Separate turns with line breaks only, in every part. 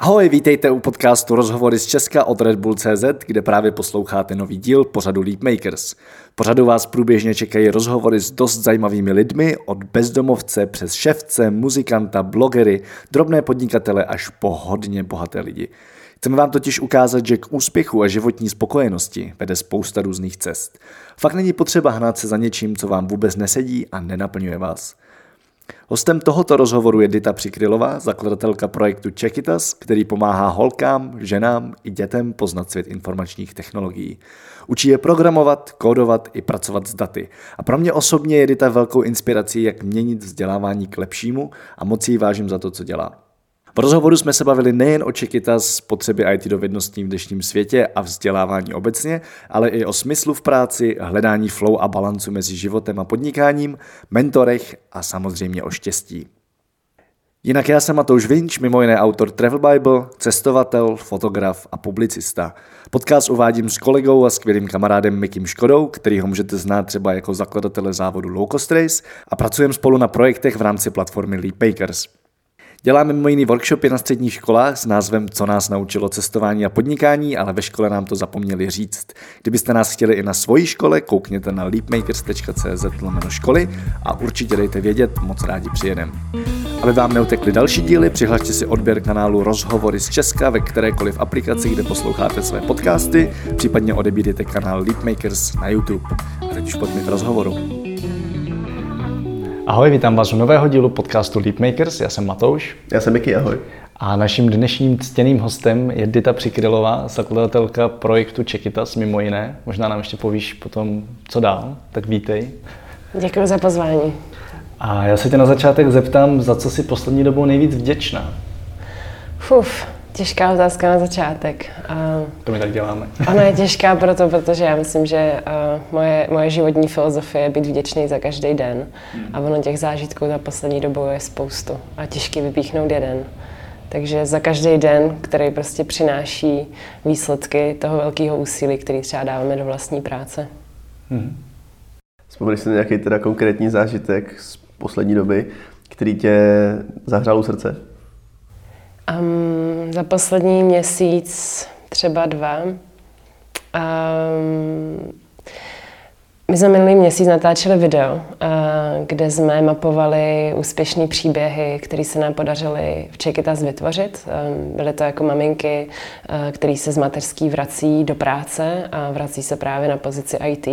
Ahoj, vítejte u podcastu Rozhovory z Česka od Red Bull.cz, kde právě posloucháte nový díl pořadu Leap Makers. V pořadu vás průběžně čekají rozhovory s dost zajímavými lidmi, od bezdomovce přes ševce, muzikanta, blogery, drobné podnikatele až po hodně bohaté lidi. Chceme vám totiž ukázat, že k úspěchu a životní spokojenosti vede spousta různých cest. Fakt není potřeba hnát se za něčím, co vám vůbec nesedí a nenaplňuje vás. Hostem tohoto rozhovoru je Dita Přikrylová, zakladatelka projektu Čekitas, který pomáhá holkám, ženám i dětem poznat svět informačních technologií. Učí je programovat, kódovat i pracovat s daty. A pro mě osobně je Dita velkou inspirací, jak měnit vzdělávání k lepšímu a moc jí vážím za to, co dělá. V rozhovoru jsme se bavili nejen o Čekitas, potřeby IT dovedností v dnešním světě a vzdělávání obecně, ale i o smyslu v práci, hledání flow a balancu mezi životem a podnikáním, mentorech a samozřejmě o štěstí. Jinak já jsem Matouš Vinč, mimo jiné autor Travel Bible, cestovatel, fotograf a publicista. Podcast uvádím s kolegou a skvělým kamarádem Mikim Škodou, kterýho můžete znát třeba jako zakladatele závodu Low Cost Race, a pracujeme spolu na projektech v rámci platformy Leap Makers. Děláme mimo jiný workshopy na středních školách s názvem Co nás naučilo cestování a podnikání, ale ve škole nám to zapomněli říct. Kdybyste nás chtěli i na svojí škole, koukněte na leapmakers.cz/školy a určitě dejte vědět, moc rádi přijedem. Aby vám neutekly další díly, přihlašte si odběr kanálu Rozhovory z Česka ve kterékoliv aplikaci, kde posloucháte své podcasty, případně odebírejte kanál Leap Makers na YouTube. A teď už pojďme k rozhovoru. Ahoj, vítám vás u nového dílu podcastu Leap Makers, já jsem Matouš.
Já jsem Miky, ahoj.
A naším dnešním ctěným hostem je Dita Přikrylová, zakladatelka projektu Čekitas, mimo jiné. Možná nám ještě povíš potom, co dál, tak vítej.
Děkuji za pozvání.
A já se tě na začátek zeptám, za co jsi poslední dobou nejvíc vděčná?
Těžká otázka na začátek.
To my tak děláme.
Ona je těžká protože já myslím, že moje životní filozofie je být vděčný za každý den. A ono těch zážitků za poslední dobou je spoustu a těžký vypíchnout jeden. Takže za každý den, který prostě přináší výsledky toho velkého úsilí, který třeba dáváme do vlastní práce.
Vzpomeneš si na nějaký teda konkrétní zážitek z poslední doby, který tě zahřál u srdce?
Za poslední měsíc, třeba 2. My jsme minulý měsíc natáčeli video, kde jsme mapovali úspěšné příběhy, které se nám podařily v Čekitas vytvořit. Byly to jako maminky, které se z mateřský vrací do práce a vrací se právě na pozici IT.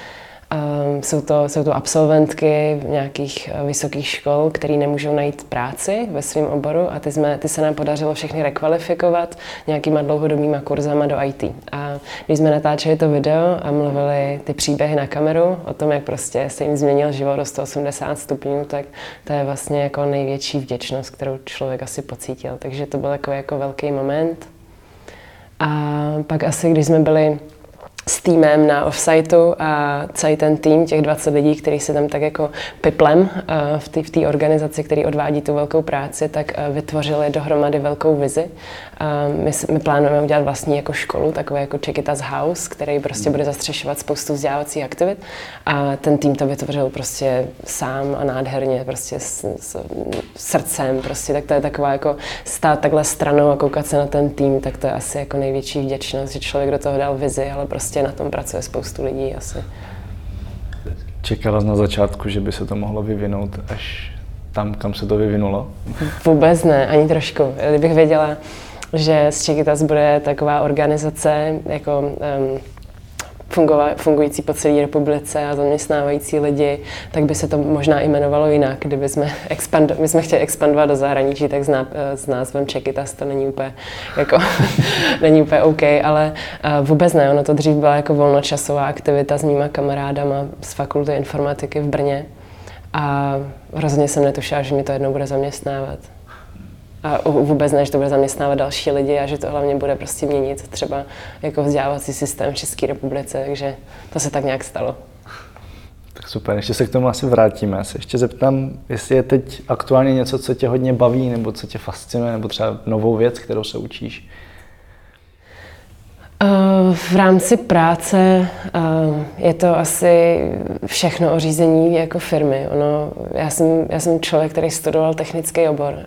Jsou to absolventky nějakých vysokých škol, které nemůžou najít práci ve svém oboru a ty se nám podařilo všechny rekvalifikovat nějakýma dlouhodobýma kurzama do IT. A když jsme natáčeli to video a mluvili ty příběhy na kameru o tom, jak prostě se jim změnil život o 180 stupňů, tak to je vlastně jako největší vděčnost, kterou člověk asi pocítil. Takže to byl jako velký moment. A pak asi, když jsme byli s týmem na offsiteu a celý ten tým, těch 20 lidí, kteří se tam tak jako piplem v té organizaci, který odvádí tu velkou práci, tak vytvořili dohromady velkou vizi. My plánujeme udělat vlastní jako školu, takové jako Čekitas House, který prostě bude zastřešovat spoustu vzdělávacích aktivit. A ten tým to vytvořil prostě sám a nádherně, prostě s srdcem, prostě, tak to je taková jako stát takhle stranou a koukat se na ten tým, tak to je asi jako největší vděčnost, že člověk do toho dal vizi, ale prostě na tom pracuje spoustu lidí asi.
Čekala jsi na začátku, že by se to mohlo vyvinout až tam, kam se to vyvinulo?
Vůbec ne, ani trošku. Kdybych věděla, že z Čekitas bude taková organizace jako fungující po celé republice a zaměstnávající lidi, tak by se to možná jmenovalo jinak. Kdyby jsme chtěli expandovat do zahraničí, tak s názvem Čekitas to není úplně jako není úplně OK, ale vůbec ne. Ono to dřív byla jako volnočasová aktivita s mýma kamarádama z fakulty informatiky v Brně a hrozně jsem netušila, že mi to jednou bude zaměstnávat. A vůbec ne, že to bude zaměstnávat další lidi a že to hlavně bude prostě měnit třeba jako vzdělávací systém v České republice, takže to se tak nějak stalo.
Tak super, ještě se k tomu asi vrátíme. Já se ještě zeptám, jestli je teď aktuálně něco, co tě hodně baví, nebo co tě fascinuje, nebo třeba novou věc, kterou se učíš.
V rámci práce je to asi všechno o řízení jako firmy. Já jsem člověk, který studoval technický obor a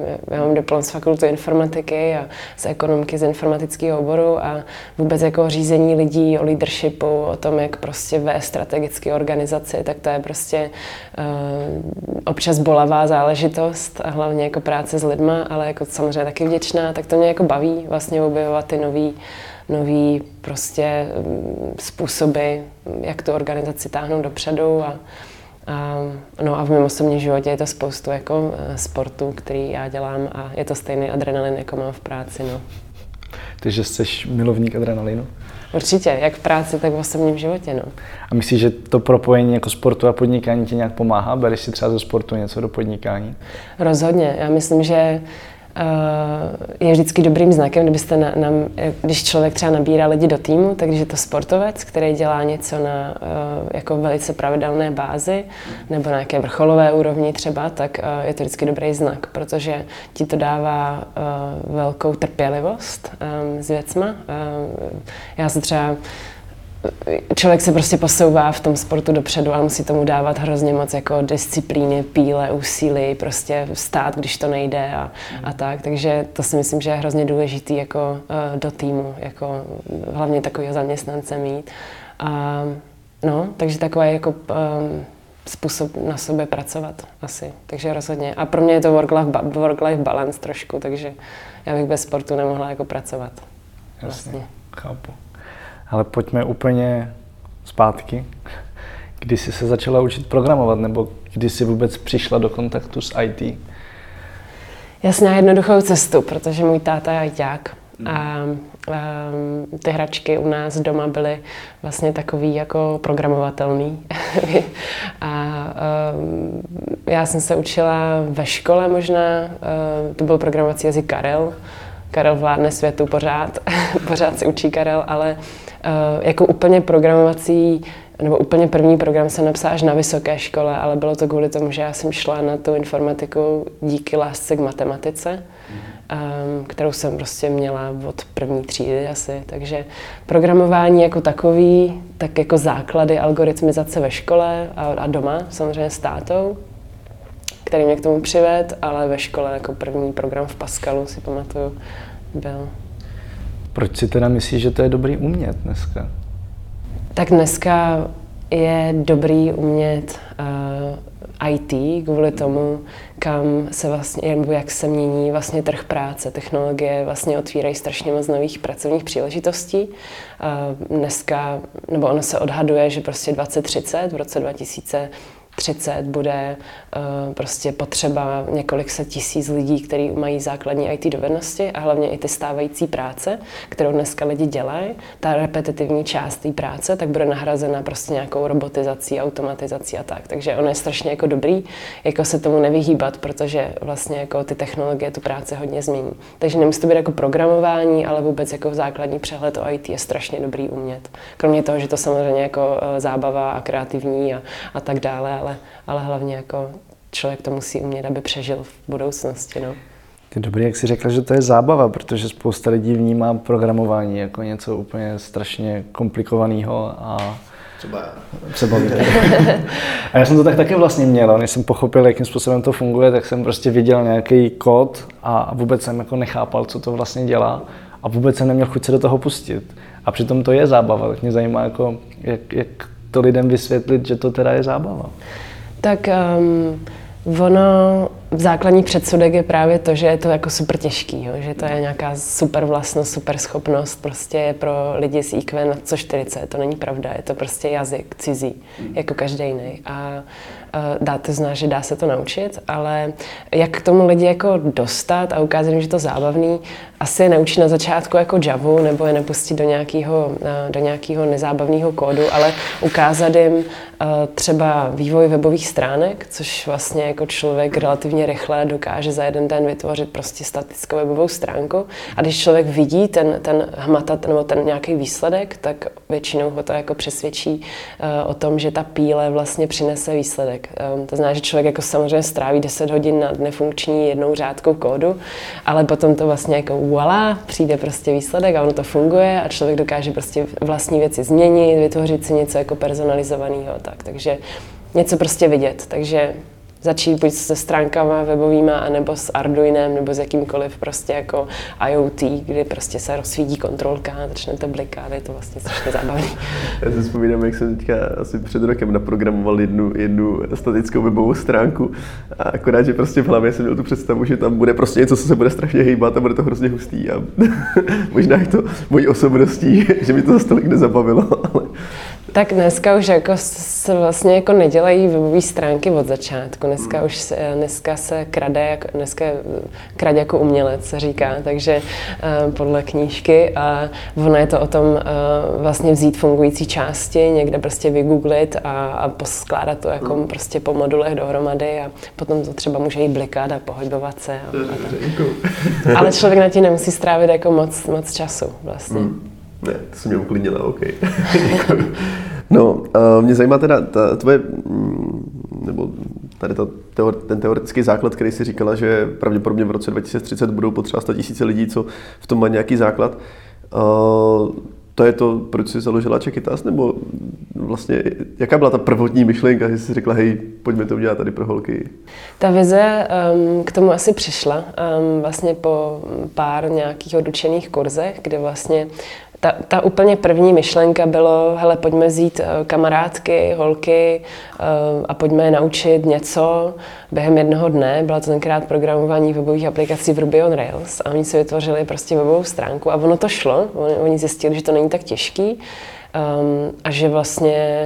já mám diplom z fakulty informatiky a z ekonomiky z informatického oboru a vůbec jako řízení lidí, o leadershipu, o tom, jak prostě vést strategické organizaci, tak to je prostě občas bolavá záležitost a hlavně jako práce s lidma, ale jako samozřejmě taky vděčná, tak to mě jako baví vlastně objevovat ty nový prostě způsoby, jak tu organizaci táhnout dopředu a v mém osobním životě je to spoustu jako sportů, který já dělám a je to stejný adrenalin, jako mám v práci, no.
Takže jsi milovník adrenalinu?
Určitě, jak v práci, tak v osobním životě, no.
A myslíš, že to propojení jako sportu a podnikání ti nějak pomáhá? Bereš si třeba ze sportu něco do podnikání?
Rozhodně. Já myslím, že je vždycky dobrým znakem, když člověk třeba nabírá lidi do týmu, takže je to sportovec, který dělá něco na jako velice pravidelné bázi nebo na nějaké vrcholové úrovni třeba, tak je to vždycky dobrý znak, protože ti to dává velkou trpělivost s věcma. Já se třeba člověk se prostě posouvá v tom sportu dopředu, ale musí tomu dávat hrozně moc jako disciplíny, píle, úsilí, prostě vstát, když to nejde a tak. Takže to si myslím, že je hrozně důležitý jako do týmu, jako hlavně takového zaměstnance mít. Takže takový jako způsob na sobě pracovat asi, takže rozhodně. A pro mě je to work-life balance trošku, takže já bych bez sportu nemohla jako pracovat.
Jasně, vlastně. Chápu. Ale pojďme úplně zpátky. Kdy jsi se začala učit programovat, nebo kdy jsi vůbec přišla do kontaktu s IT?
Jasně, jednoduchou cestu, protože můj táta je ajťák. A ty hračky u nás doma byly vlastně takový jako programovatelný. Já jsem se učila ve škole možná, to byl programovací jazyk Karel. Karel vládne světu pořád, pořád se učí Karel, ale jako úplně programovací, nebo úplně první program jsem napsala až na vysoké škole, ale bylo to kvůli tomu, že já jsem šla na tu informatiku díky lásce k matematice, kterou jsem prostě měla od první třídy asi. Takže programování jako takový, tak jako základy algoritmizace ve škole a doma, samozřejmě s tátou, který mě k tomu přived, ale ve škole jako první program v Pascalu si pamatuju byl.
Proč si teda myslíš, že to je dobrý umět dneska?
Tak dneska je dobrý umět IT kvůli tomu, kam se vlastně, nebo jak se mění vlastně trh práce. Technologie vlastně otvírají strašně moc nových pracovních příležitostí. Dneska, nebo ono se odhaduje, že prostě 2030, v roce 2030 bude prostě potřeba několik set tisíc lidí, kteří mají základní IT dovednosti a hlavně i ty stávající práce, kterou dneska lidi dělají, ta repetitivní část té práce, tak bude nahrazena prostě nějakou robotizací, automatizací a tak. Takže ono je strašně jako dobrý, jako se tomu nevyhýbat, protože vlastně jako ty technologie tu práci hodně změní. Takže nemusí to být jako programování, ale vůbec jako základní přehled o IT je strašně dobrý umět. Kromě toho, že to samozřejmě jako zábava a kreativní a tak dále, ale hlavně jako člověk to musí umět, aby přežil v budoucnosti. No.
Ty dobrý, jak jsi řekla, že to je zábava, protože spousta lidí vnímá programování jako něco úplně strašně komplikovaného a třeba a já jsem to tak taky vlastně měl, než jsem pochopil, jakým způsobem to funguje, tak jsem prostě viděl nějaký kód a vůbec jsem jako nechápal, co to vlastně dělá a vůbec jsem neměl chuť se do toho pustit. A přitom to je zábava, tak mě zajímá, jako, jak to lidem vysvětlit, že to teda je zábava.
Tak ono, základní předsudek je právě to, že je to jako super těžký, jo? Že to je nějaká super vlastnost, super schopnost, prostě je pro lidi s IQ nad 140, to není pravda, je to prostě jazyk cizí, jako každý jiný. A dáte znát, že dá se to naučit, ale jak k tomu lidi jako dostat a ukázat jim, že to zábavný, asi je naučit na začátku jako Javu nebo je nepustit do nějakého nezábavného kódu, ale ukázat jim třeba vývoj webových stránek, což vlastně jako člověk relativně rychle dokáže za jeden den vytvořit prostě statickou webovou stránku. A když člověk vidí ten hmatat nebo ten nějaký výsledek, tak většinou ho to jako přesvědčí o tom, že ta píle vlastně přinese výsledek. To znamená, že člověk jako samozřejmě stráví 10 hodin nad nefunkční jednou řádkou kódu, ale potom to vlastně jako voilà, přijde prostě výsledek a ono to funguje a člověk dokáže prostě vlastní věci změnit, vytvořit si něco jako personalizovaného tak. Takže něco prostě vidět. Takže začít buď se stránkama webovýma, anebo s Arduinem, nebo s jakýmkoliv prostě jako IoT, kdy prostě se rozsvítí kontrolka a začne to blikat, je to vlastně strašně zábavný.
Já si vzpomínám, jak jsem teďka asi před rokem naprogramoval jednu statickou webovou stránku a akorát, že prostě v hlavě jsem měl tu představu, že tam bude prostě něco, co se bude strašně hejbat a bude to hrozně hustý a možná je to mojí osobností, že mi to zase tolik nezabavilo, ale...
Tak dneska už jako se vlastně jako nedělají webové stránky od začátku. Dneska se krade jako umělec, se říká, takže podle knížky. A ono je to o tom vlastně vzít fungující části, někde prostě vygooglit a poskládat to jako prostě po modulech dohromady a potom to třeba může jít blikat a pohybovat se. Ale člověk na tím nemusí strávit jako moc času vlastně.
Ne, to jsem mě uklidnila, OK. No, mě zajímá teda tvoje, nebo tady ten teoretický základ, který jsi říkala, že pravděpodobně v roce 2030 budou potřeba 100 000 lidí, co v tom mají nějaký základ. To je to, proč jsi založila Čekytas, nebo vlastně, jaká byla ta prvotní myšlenka, že jsi řekla, hej, pojďme to udělat tady pro holky?
Ta vize k tomu asi přišla vlastně po pár nějakých odučených kurzech, kde vlastně ta úplně první myšlenka bylo, hele, pojďme vzít kamarádky, holky a pojďme je naučit něco během jednoho dne. Byla to tenkrát programování webových aplikací v Ruby on Rails a oni si vytvořili prostě webovou stránku a ono to šlo. Oni zjistili, že to není tak těžký a že vlastně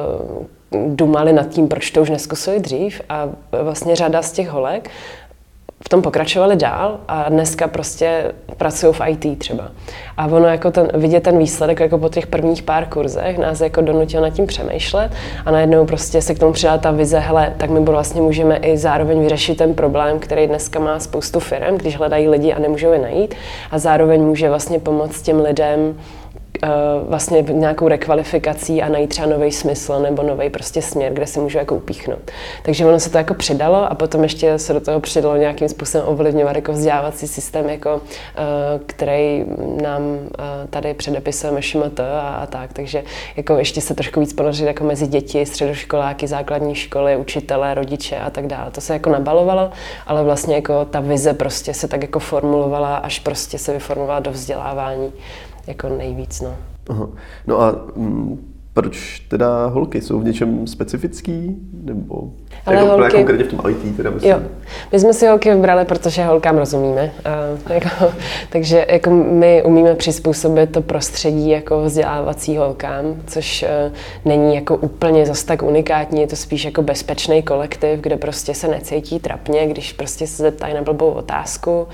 dumali nad tím, proč to už neskusili dřív a vlastně řada z těch holek v tom pokračovali dál a dneska prostě pracují v IT třeba. A ono jako vidět ten výsledek jako po těch prvních pár kurzech nás jako donutil nad tím přemýšlet a najednou prostě se k tomu přidala ta vize, hele, tak my vlastně můžeme i zároveň vyřešit ten problém, který dneska má spoustu firem, když hledají lidi a nemůžou je najít a zároveň může vlastně pomoct těm lidem vlastně nějakou rekvalifikací a najít třeba nový smysl nebo nový prostě směr, kde se můžu jako upíchnout. Takže ono se to jako přidalo a potom ještě se do toho přidalo nějakým způsobem ovlivňovat jako vzdělávací systém, jako, který nám tady předepisuje MŠMT a tak. Takže jako ještě se trošku víc ponořit jako mezi děti, středoškoláky, základní školy, učitelé, rodiče a tak dále. To se jako nabalovalo, ale vlastně jako ta vize prostě se tak jako formulovala, až prostě se vyformovala do vzdělávání. Jako nejvíc, no.
Aha. No a proč teda holky? Jsou v něčem specifický? Nebo
ale
jako
holky...
konkrétně v tom IT teda myslím?
Jo. My jsme si holky vybrali, protože holkám rozumíme. Takže jako my umíme přizpůsobit to prostředí jako vzdělávací holkám, což není jako úplně zas tak unikátní, je to spíš jako bezpečný kolektiv, kde prostě se necítí trapně, když prostě se zeptají na blbou otázku,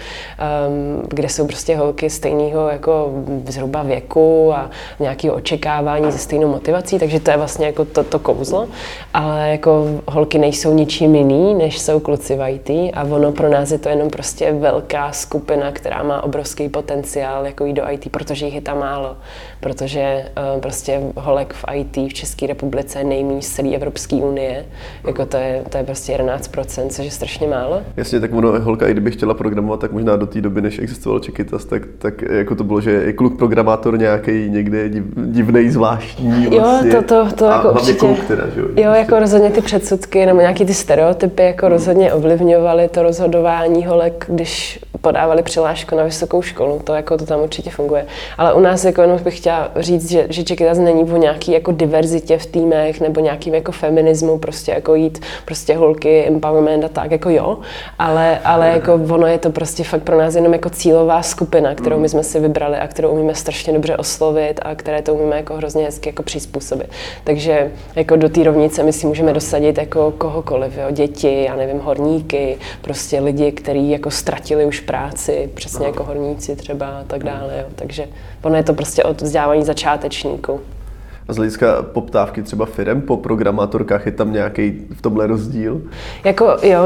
kde jsou prostě holky stejného jako zhruba věku a nějakého očekávání ze stejnou motivací, takže to je vlastně jako to kouzlo, ale jako holky nejsou ničím jiný, než jsou kluci v IT a ono pro nás je to jenom prostě velká skupina, která má obrovský potenciál jako jít do IT, protože jich je tam málo, protože prostě holek v IT v České republice je nejméně z celé Evropské unie, jako to je prostě 11%, což je strašně málo.
Jasně, tak ono holka, i kdyby chtěla programovat, tak možná do té doby, než existoval Čekytas, tak jako to bylo, že je kluk programátor nějaký někde divnej, zvláštní vlastně.
Jo, to
a
jako určitě.
Kluk teda, že jo?
Jo, jako rozhodně ty předsudky nebo nějaký ty stereotypy jako rozhodně ovlivňovaly to rozhodování holek, když podávali přihlášku na vysokou školu, to jako to tam určitě funguje. Ale u nás jako jenom bych chtěla říct, že Čekytas není o nějaký jako diverzitě v týmech nebo nějakým jako feminismu, prostě jako jít prostě holky, empowerment a tak, jako jo, ale jako ono je to prostě fakt pro nás jenom jako cílová skupina, kterou my jsme si vybrali a kterou umíme strašně dobře oslovit a které to umíme jako hrozně hezky jako přizpůsobit. Takže jako do té rovnice my si můžeme dosadit jako kohokoliv, jo, děti, já nevím, horníky, prostě lidi, kteří jako ztratili už práci, přesně jako horníci třeba a tak dále, jo. Takže ono je to prostě od vzdělávání začátečníků.
A z hlediska poptávky třeba firem po programátorkách je tam nějaký v tomhle rozdíl?
Jako jo,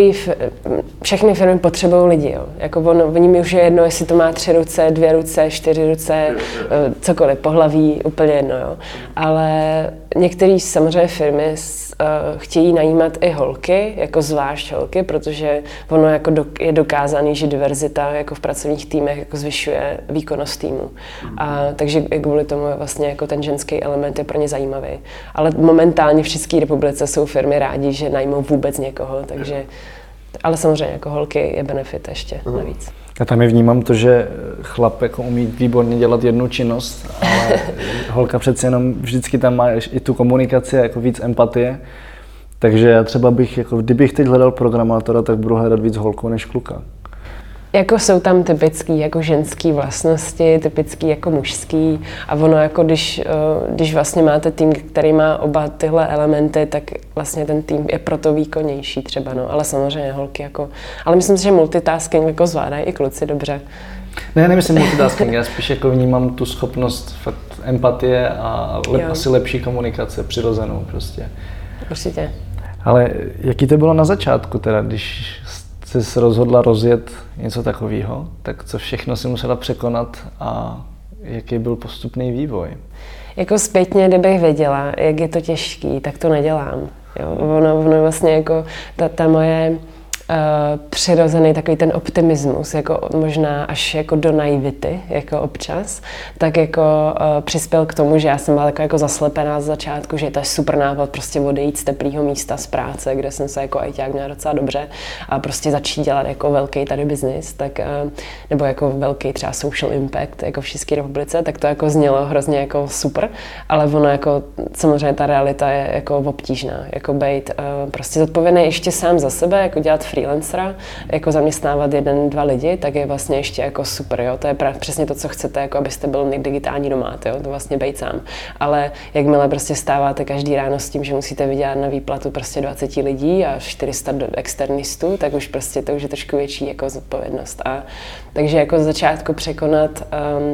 všechny firmy potřebují lidi, jo. Jako oni mi už je jedno, jestli to má 3 ruce, 2 ruce, 4 ruce, cokoliv, pohlaví, úplně jedno, jo. Ale některé samozřejmě firmy chtějí najímat i holky, jako zvlášť holky, protože ono jako je dokázaný, že diverzita jako v pracovních týmech jako zvyšuje výkonnost týmu. A takže kvůli tomu je vlastně jako ten ženský element element je pro ně zajímavý. Ale momentálně v České republice jsou firmy rádi, že najmou vůbec někoho, takže, ale samozřejmě jako holky je benefit ještě navíc.
Já tam je vnímám to, že chlap jako umí výborně dělat jednu činnost, ale holka přece jenom vždycky tam má i tu komunikaci, jako víc empatie. Takže já třeba bych, jako kdybych teď hledal programátora, tak budu hledat víc holku než kluka.
Jako jsou tam typický jako ženský vlastnosti, typický jako mužský a ono jako když vlastně máte tým, který má oba tyhle elementy, tak vlastně ten tým je proto výkonnější třeba, no, ale samozřejmě holky jako, ale myslím si, že multitasking jako zvládají i kluci dobře.
Ne, nemyslím multitasking, já spíš jako vnímám tu schopnost fakt empatie a asi lepší komunikace, přirozenou prostě.
Určitě.
Ale jaký to bylo na začátku teda, když jsi se rozhodla rozjet něco takového, tak co všechno si musela překonat a jaký byl postupný vývoj?
Jako zpětně, kdybych věděla, jak je to těžký, tak to nedělám. Jo? Ono vlastně jako ta moje přirozený takový ten optimismus, jako možná až jako do naivity, jako občas, tak jako přispěl k tomu, že já jsem byla jako zaslepená z začátku, že to je super návod prostě odejít z teplého místa z práce, kde jsem se jako ajťák měla docela dobře a prostě začít dělat jako velký tady biznis, tak nebo jako velký třeba social impact jako v České republice, tak to jako znělo hrozně jako super, ale ono jako samozřejmě ta realita je jako obtížná, jako být prostě zodpovědný ještě sám za sebe, jako dělat freelancera, jako zaměstnávat 1-2 lidi, tak je vlastně ještě jako super, jo. To je přesně to, co chcete, jako abyste byl digitální nomad, jo, to vlastně bejt sám. Ale jakmile prostě stáváte každý ráno s tím, že musíte vydělat na výplatu prostě 20 lidí a 400 externistů, tak už prostě to už je trošku větší jako zodpovědnost. A takže jako z začátku překonat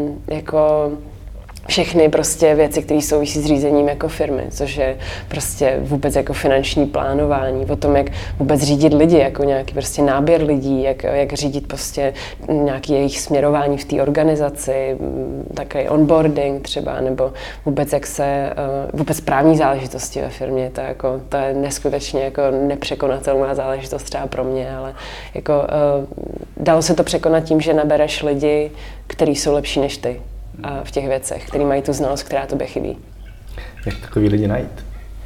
jako všechny prostě věci, které souvisí s řízením jako firmy, což je prostě vůbec jako finanční plánování, o tom, jak vůbec řídit lidi, jako nějaký prostě náběr lidí, jak řídit prostě nějaký jejich směrování v té organizaci, takový onboarding třeba, nebo vůbec jak se, vůbec právní záležitosti ve firmě, to je neskutečně jako nepřekonatelná záležitost třeba pro mě, ale jako dalo se to překonat tím, že nabereš lidi, kteří jsou lepší než ty v těch věcech, který mají tu znalost, která tobě chybí.
Jak takový lidi najít?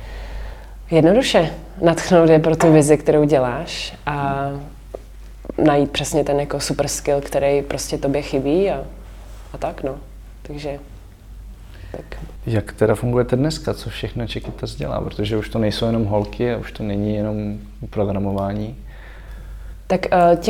Jednoduše. Nadchnout je pro tu vizi, kterou děláš a najít přesně ten jako super skill, který prostě tobě chybí a tak no. Takže tak.
Jak teda fungujete dneska? Co všechno Čekytas dělá? Protože už to nejsou jenom holky a už to není jenom programování.
Tak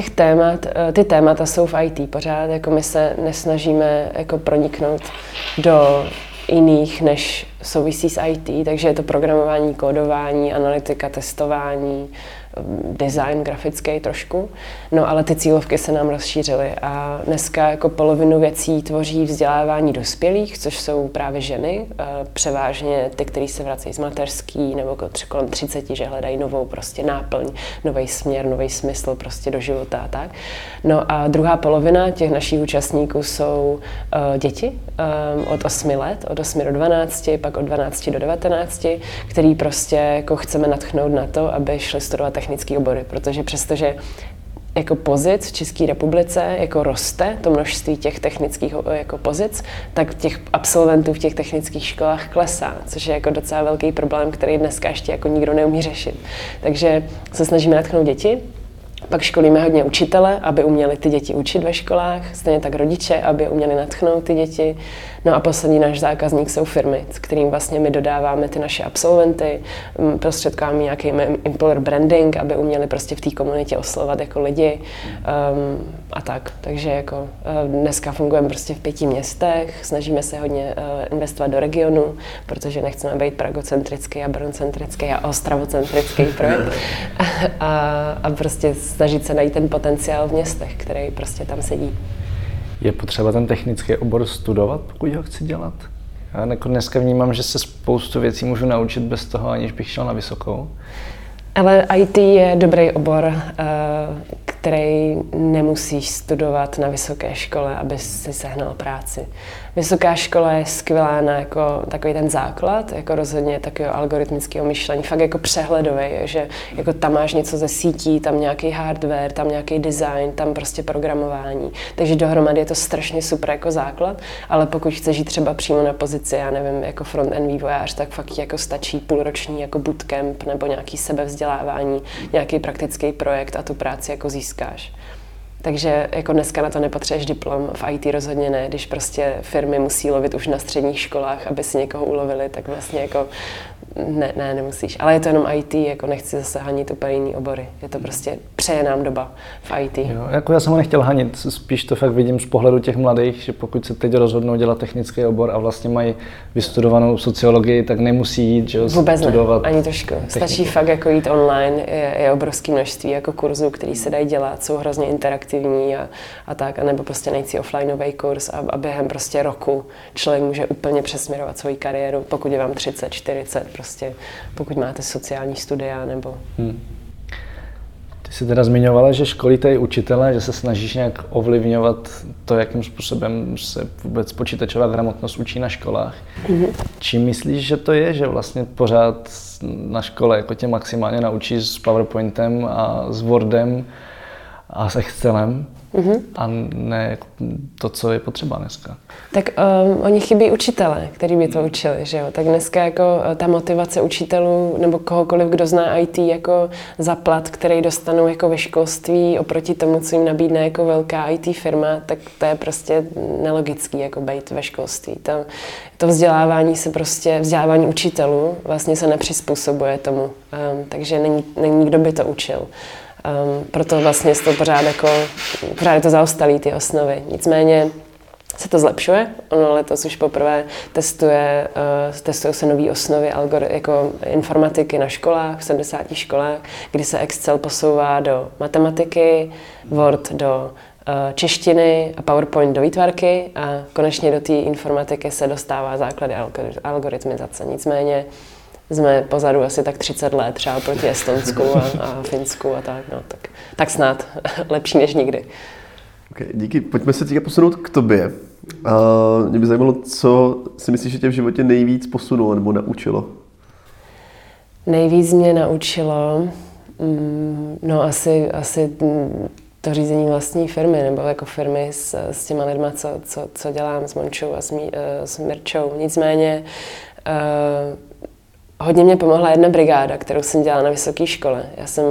ty témata jsou v IT pořád, jako my se nesnažíme jako proniknout do jiných, než souvisí s IT, takže je to programování, kódování, analytika, testování, design grafický trošku, no ale ty cílovky se nám rozšířily a dneska jako polovinu věcí tvoří vzdělávání dospělých, což jsou právě ženy, převážně ty, kteří se vracejí z mateřský nebo kolem 30, že hledají novou prostě náplň, nový směr, nový smysl prostě do života a tak. No a druhá polovina těch našich účastníků jsou děti od 8 let, od 8 do 12, pak od 12 do 19, který prostě jako chceme nadchnout na to, aby šli studovat technické obory, protože přestože jako pozic v České republice jako roste to množství těch technických jako pozic, tak těch absolventů v těch technických školách klesá, což je jako docela velký problém, který dneska ještě jako nikdo neumí řešit. Takže se snažíme nadchnout děti. Pak školíme hodně učitele, aby uměli ty děti učit ve školách, stejně tak rodiče, aby uměli nadchnout ty děti. No a poslední náš zákazník jsou firmy, s kterým vlastně my dodáváme ty naše absolventy, prostředkáváme nějaký employer branding, aby uměli prostě v té komunitě oslovovat jako lidi a tak. Takže jako dneska fungujeme prostě v 5 městech, snažíme se hodně investovat do regionu, protože nechceme být pragocentrický a brnocentrický a ostravocentrický projekt a prostě snažit se najít ten potenciál v městech, který prostě tam sedí.
Je potřeba ten technický obor studovat, pokud ho chci dělat? Já jako dneska vnímám, že se spoustu věcí můžu naučit bez toho, aniž bych šel na vysokou.
Ale IT je dobrý obor, který nemusíš studovat na vysoké škole, aby si sehnal práci. Vysoká škola je skvělá na jako takový ten základ, jako rozhodně takového algoritmického myšlení, fakt jako přehledový, že jako tam máš něco ze sítí, tam nějaký hardware, tam nějaký design, tam prostě programování. Takže dohromady je to strašně super jako základ, ale pokud chceš jít třeba přímo na pozici, já nevím, jako front-end vývojář, tak fakt jako stačí půlroční jako bootcamp nebo nějaký sebevzdělávání, nějaký praktický projekt a tu práci jako získáš. Takže jako dneska na to nepotřebuješ diplom, v IT rozhodně ne, když prostě firmy musí lovit už na středních školách, aby si někoho ulovili, tak vlastně jako nemusíš. Ale je to jenom IT, jako nechci zase hanit úplně jiný obory. Je to prostě přeje nám doba v IT.
Jo, jako já jsem ho nechtěl hanit, spíš to fakt vidím z pohledu těch mladých, že pokud se teď rozhodnou dělat technický obor a vlastně mají vystudovanou sociologii, tak nemusí jít, že
vůbec
studovat.
Ne, ani trošku. Stačí fakt jako jít online, je obrovské množství jako kurzů, který se dají dělat, jsou hrozně interaktivní a tak, anebo prostě najít si offlineový kurz a během prostě roku člověk může úplně přesměrovat svou kariéru, pokud je vám 30, 40, prostě pokud máte sociální studia nebo...
Ty jsi teda zmiňovala, že školíte i učitele, že se snažíš nějak ovlivňovat to, jakým způsobem se vůbec počítačová gramotnost učí na školách. Čím myslíš, že to je, že vlastně pořád na škole jako tě maximálně naučí s PowerPointem a s Wordem a s Excelem a ne to, co je potřeba dneska?
Tak oni chybí učitele, který by to učili, že jo? Tak dneska jako ta motivace učitelů nebo kohokoliv, kdo zná IT jako za plat, který dostanou jako ve školství oproti tomu, co jim nabídne jako velká IT firma, tak to je prostě nelogický jako být ve školství. To vzdělávání učitelů vlastně se nepřizpůsobuje tomu, takže není kdo by to učil. Proto vlastně to pořád je to zaostalý ty osnovy. Nicméně se to zlepšuje. Ono letos už poprvé testují se nový osnovy jako informatiky na školách, v 70 školách, kdy se Excel posouvá do matematiky, Word do češtiny a PowerPoint do výtvarky a konečně do té informatiky se dostává základy algoritmizace. Nicméně jsme pozadu asi tak 30 let třeba proti Estonsku a Finsku a tak, no, tak snad lepší než nikdy.
Okay, díky. Pojďme se teďka posunout k tobě. Mě by zajímalo, co si myslíš, že tě v životě nejvíc posunulo nebo naučilo?
Nejvíc mě naučilo, no asi to řízení vlastní firmy, nebo jako firmy s těma lidma, co dělám, s Mončou a s Mirčou. Nicméně hodně mě pomohla jedna brigáda, kterou jsem dělala na vysoké škole. Já jsem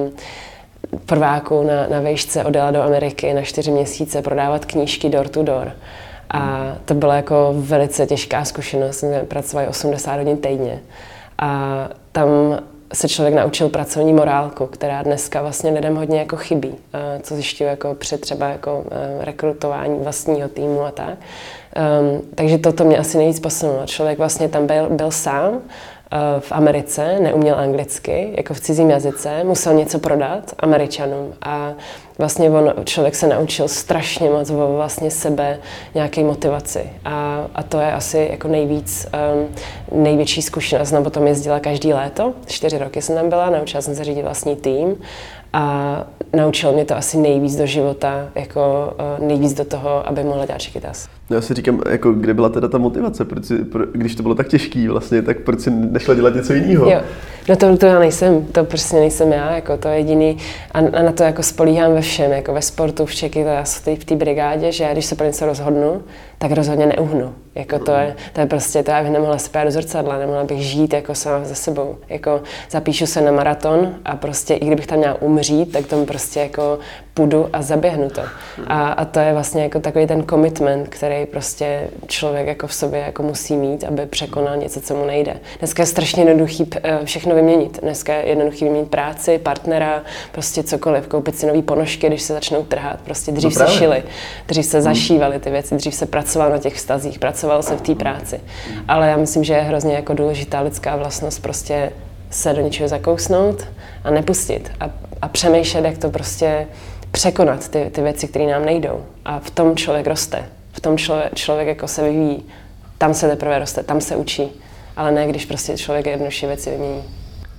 prváku na vejšce odjela do Ameriky na 4 měsíce prodávat knížky door to door. A to byla jako velice těžká zkušenost. Jsem pracovala 80 hodin týdně. A tam se člověk naučil pracovní morálku, která dneska vlastně lidem hodně jako chybí, co zjišťuji jako při třeba jako rekrutování vlastního týmu a tak. Takže to mě asi nejvíc posunulo. Člověk vlastně tam byl sám, v Americe, neuměl anglicky, jako v cizím jazyce, musel něco prodat Američanům a vlastně člověk se naučil strašně moc o vlastně sebe nějaké motivaci a to je asi jako největší zkušenost. Jsem potom jezdila každý léto, 4 roky jsem tam byla, naučila jsem se řídit vlastní tým a naučil mě to asi nejvíc do života, jako nejvíc do toho, aby mohla dělat Chiquitas.
Já si říkám, jako kde byla teda ta motivace, když to bylo tak těžký vlastně, tak proč si nešla dělat něco jiného?
Jo, no to já nejsem, to prostě nejsem já, jako to jediný a na to jako spolíhám ve všem, jako ve sportu, v Chiquitas, v té brigádě, že já když se pro něco rozhodnu, tak rozhodně neuhnu. Jako to je prostě to, já bych nemohla se do zrcadla, nemohla bych žít jako sama ze sebou. Jako zapíšu se na maraton a prostě i kdybych tam měla umřít, tak tomu prostě jako půjdu a zaběhnu to. A to je vlastně jako takový ten commitment, který prostě člověk jako v sobě jako musí mít, aby překonal něco, co mu nejde. Dneska je strašně jednoduchý všechno vyměnit. Dneska je jednoduchý vyměnit práci, partnera, prostě cokoliv, koupit si nový ponožky, když se začnou trhat. Prostě dřív se šily, dřív se zašívaly ty věci, dřív se pracovalo na těch vztazích, pracovalo se v té práci. Ale já myslím, že je hrozně jako důležitá lidská vlastnost prostě se do něčeho zakousnout a nepustit a přemýšlet, jak to prostě překonat ty věci, které nám nejdou. A v tom člověk roste, v tom člověk jako se vyvíjí. Tam se teprve roste, tam se učí, ale ne když prostě člověk jednoduše věci vymění.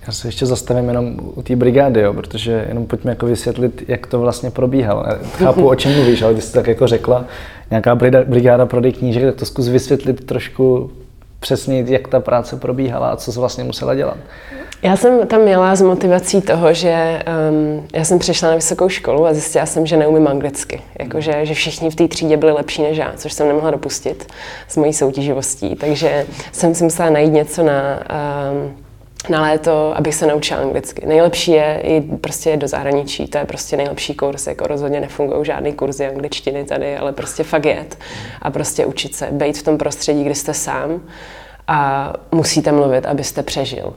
Já se ještě zastavím jenom u té brigády, jo, protože jenom pojďme jako vysvětlit, jak to vlastně probíhalo. Já chápu, o čem mluvíš, ale ty jsi tak jako řekla, nějaká brigáda prodej knížek, tak to zkus vysvětlit trošku přesně, jak ta práce probíhala a co jsi vlastně musela dělat.
Já jsem tam měla s motivací toho, že já jsem přišla na vysokou školu a zjistila jsem, že neumím anglicky. Jakože, že všichni v té třídě byli lepší než já, což jsem nemohla dopustit s mojí soutěživostí. Takže jsem si musela najít něco na léto, abych se naučila anglicky. Nejlepší je jít prostě do zahraničí, to je prostě nejlepší kurz, jako rozhodně nefungují žádný kurzy angličtiny tady, ale prostě fakt jet a prostě učit se, být v tom prostředí, kdy jste sám a musíte mluvit, abyste přežil.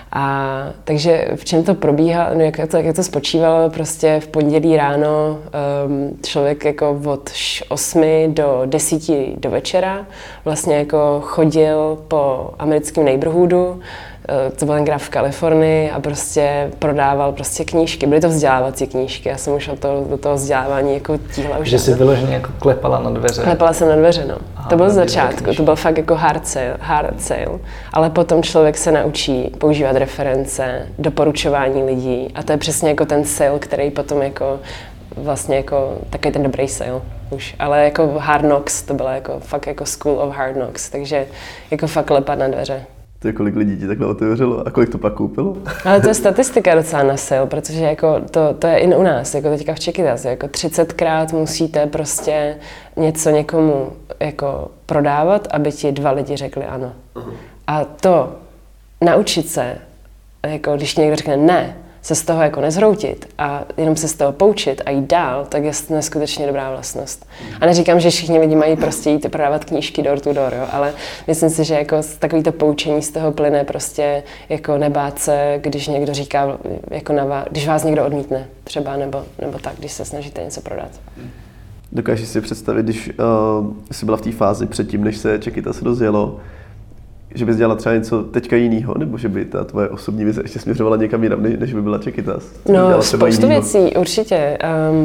A takže v čem to probíhá, no jak to spočívalo, prostě v pondělí ráno člověk jako od 8 do 10 do večera vlastně jako chodil po americkém neighborhoodu, to byl tenkrát v Kalifornii a prostě prodával prostě knížky. Byly to vzdělávací knížky, já jsem už do toho vzdělávání jako tíhla už.
Že jsi vyloženě jako klepala na dveře?
Klepala jsem na dveře, no. Aha, to bylo z začátku, to byl fakt jako hard sale, ale potom člověk se naučí používat reference, doporučování lidí a to je přesně jako ten sale, který potom jako vlastně jako takový ten dobrý sale už, ale jako Hard Knocks, to byla jako fakt jako School of Hard Knocks, takže jako fakt klepat na dveře.
To je kolik lidí ti takhle otevřelo a kolik to pak koupilo?
Ale to je statistika docela na sale, protože jako to je i u nás, jako teďka v Čekytas, jako 30krát musíte prostě něco někomu jako prodávat, aby ti 2 lidi řekli ano. A to naučit se, jako když někdo řekne ne, se z toho jako nezhroutit a jenom se z toho poučit a jít dál, tak je neskutečně dobrá vlastnost. A neříkám, že všichni lidi mají prostě jít prodávat knížky door to door, jo, ale myslím si, že jako takovýto poučení z toho plyne prostě jako nebát se, když někdo říká, jako když vás někdo odmítne třeba, nebo tak, když se snažíte něco prodat.
Dokážeš si představit, když jsi byla v té fázi předtím, než se Čekytas rozjelo, že bys dělala třeba něco teďka jinýho, nebo že by ta tvoje osobní vize ještě směřovala někam jinam, než by byla Čekytas?
No, spoustu věcí, určitě.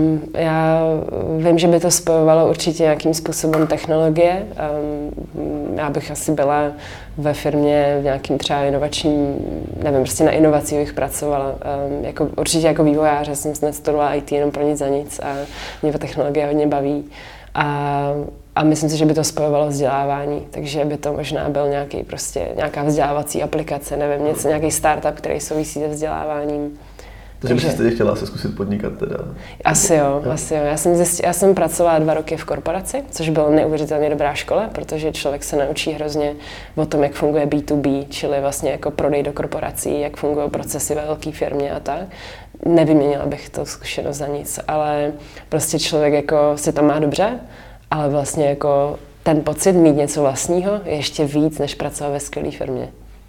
Já vím, že by to spojovalo určitě nějakým způsobem technologie. Já bych asi byla ve firmě v nějakým třeba inovačním, nevím, prostě na inovacích bych pracovala. Určitě jako vývojáře jsem nestudovala IT jenom pro nic za nic a mě technologie hodně baví. A myslím si, že by to spojovalo vzdělávání, takže by to možná byl nějaká vzdělávací aplikace, nevím, nějaký startup, který souvisí se vzděláváním.
Takže byste teď chtěla se zkusit podnikat teda?
Asi jo. Já jsem pracovala 2 roky v korporaci, což byla neuvěřitelně dobrá škola, protože člověk se naučí hrozně o tom, jak funguje B2B, čili vlastně jako prodej do korporací, jak fungují procesy ve velké firmě a tak. Nevyměnila bych to zkušenost za nic, ale prostě člověk jako si tam má dobře, ale vlastně jako ten pocit mít něco vlastního je ještě víc, než pracovat ve skvělé firmě.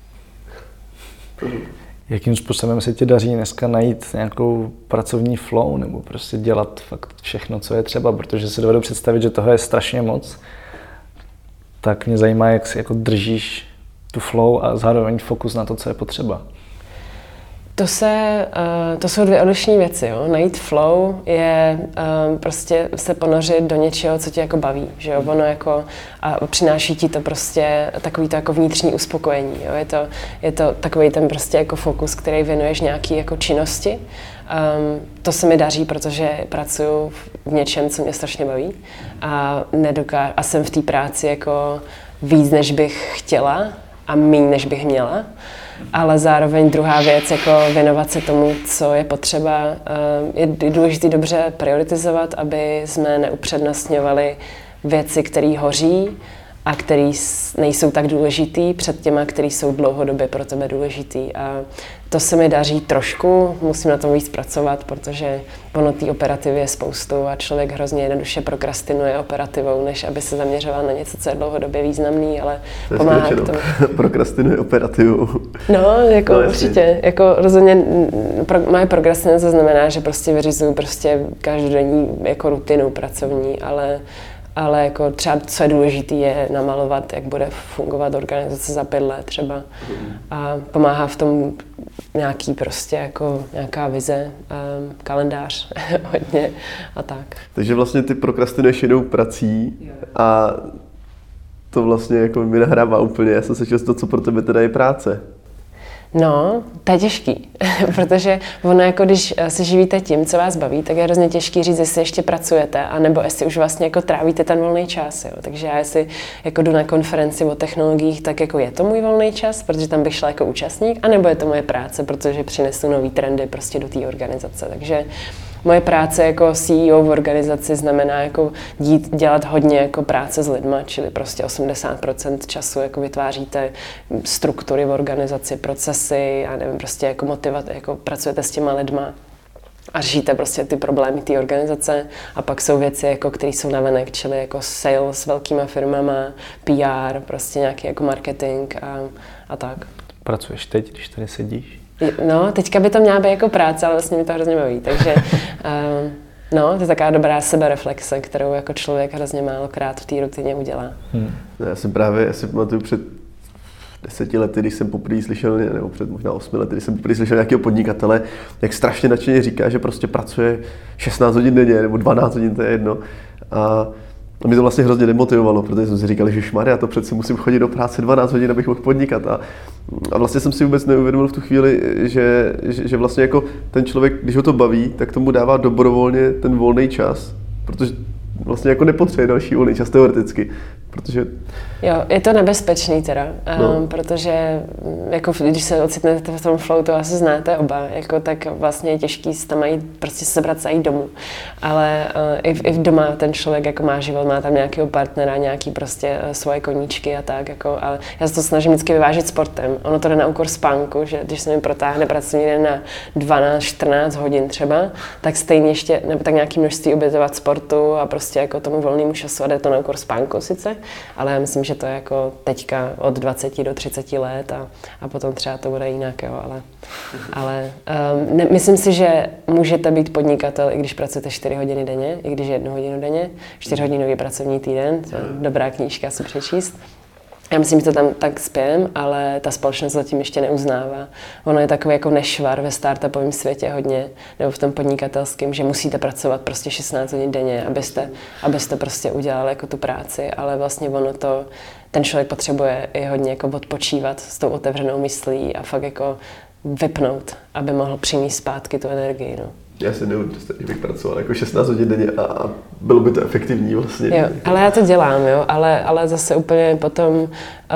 Jakým způsobem se ti daří dneska najít nějakou pracovní flow nebo prostě dělat fakt všechno, co je třeba, protože si dovedu představit, že toho je strašně moc, tak mě zajímá, jak si jako držíš tu flow a zároveň fokus na to, co je potřeba.
To jsou 2 odlišné věci. Jo? Najít flow je prostě se ponořit do něčeho, co tě jako baví. Že jo? Ono jako, a přináší ti to prostě takový to jako vnitřní uspokojení. Jo? Je to takový ten prostě jako fokus, který věnuješ nějaký jako činnosti. To se mi daří, protože pracuji v něčem, co mě strašně baví. A jsem v té práci jako víc, než bych chtěla a méně, než bych měla. Ale zároveň druhá věc, jako věnovat se tomu, co je potřeba. Je důležité dobře prioritizovat, aby jsme neupřednostňovali věci, které hoří a které nejsou tak důležitý před těma, které jsou dlouhodobě pro tebe důležitý. A to se mi daří trošku, musím na tom víc pracovat, protože ono té operativy je spoustu a člověk hrozně jednoduše prokrastinuje operativou, než aby se zaměřoval na něco, co je dlouhodobě významný, ale pomáhá k tomu.
Prokrastinuje operativu.
No, jako no, určitě. Jako rozhodně moje prokrastinace znamená, že prostě vyřizuju prostě každodenní jako rutinu pracovní, ale jako třeba co je důležité je namalovat, jak bude fungovat organizace za 5 let třeba. A pomáhá v tom nějaká vize, kalendář hodně a tak.
Takže vlastně ty prokrastinuješ jednou prací a to vlastně jako mi nahrává úplně, já jsem se chtěl to, co pro tebe teda je práce.
No, to je těžký, protože ono jako když se živíte tím, co vás baví, tak je hrozně těžký říct, jestli ještě pracujete, anebo jestli už vlastně jako trávíte ten volný čas. Jo. Takže já jestli jako jdu na konferenci o technologiích, tak jako je to můj volný čas, protože tam bych šla jako účastník, anebo je to moje práce, protože přinesu nový trendy prostě do té organizace. Takže moje práce jako CEO v organizaci znamená jako dělat hodně jako práce s lidma, čili prostě 80% času jako vytváříte struktury v organizaci, procesy, a nevím, prostě jako motivat, jako pracujete s těma lidma a řešíte prostě ty problémy té organizace. A pak jsou věci, jako, které jsou navenek, čili jako sales s velkýma firmama, PR, prostě nějaký jako marketing a tak.
Pracuješ teď, když tady sedíš?
No, teďka by to měla být jako práce, ale vlastně mi to hrozně baví, takže no, to je taková dobrá sebereflexe, kterou jako člověk hrozně málokrát v té rutině udělá.
Já si pamatuju před 10 lety, když jsem poprvé slyšel, nebo před možná 8 lety, když jsem poprvé slyšel nějakého podnikatele, jak strašně nadšeně říká, že prostě pracuje 16 hodin denně, nebo 12 hodin, to je jedno. A mě to vlastně hrozně demotivovalo, protože jsem si říkal, že šmarja, to přece musím chodit do práce 12 hodin, abych mohl podnikat. A vlastně jsem si vůbec neuvědomil v tu chvíli, že vlastně jako ten člověk, když ho to baví, tak tomu dává dobrovolně ten volný čas, protože vlastně jako nepotřebuje další volný čas teoreticky, protože...
Jo, je to nebezpečný teda, protože jako když se ocitnete v tom flow, to asi znáte oba, jako, tak vlastně je těžký si tam jít, prostě sebrat a jít domů. Ale i doma ten člověk jako má život, má tam nějakého partnera, nějaký prostě svoje koníčky a tak, jako, ale já se to snažím vždycky vyvážet sportem. Ono to jde na úkor spánku, že když se mi protáhne pracovní den na 12-14 hodin třeba, tak stejně ještě, nebo tak nějaký množství obětovat sportu a prostě jako tomu volnému času a jde to na úkor spánku sice, ale já myslím, že to je jako teďka od 20 do 30 let a potom třeba to bude jinak, jo, ale myslím si, že můžete být podnikatel, i když pracujete 4 hodiny denně, i když 1 hodinu denně, 4hodinový pracovní týden, to je dobrá knížka si přečíst. Já myslím, že to tam tak spějem, ale ta společnost zatím ještě neuznává. Ono je takový jako nešvar ve startupovém světě hodně, nebo v tom podnikatelském, že musíte pracovat prostě 16 hodin denně, abyste prostě udělali jako tu práci, ale vlastně ono to, ten člověk potřebuje i hodně jako odpočívat s tou otevřenou myslí a fakt jako vypnout, aby mohl přinést zpátky tu energii. No.
Já si nevím představit, že bych pracoval jako 16 hodin denně a bylo by to efektivní vlastně.
Jo, ale já to dělám, jo, ale zase úplně potom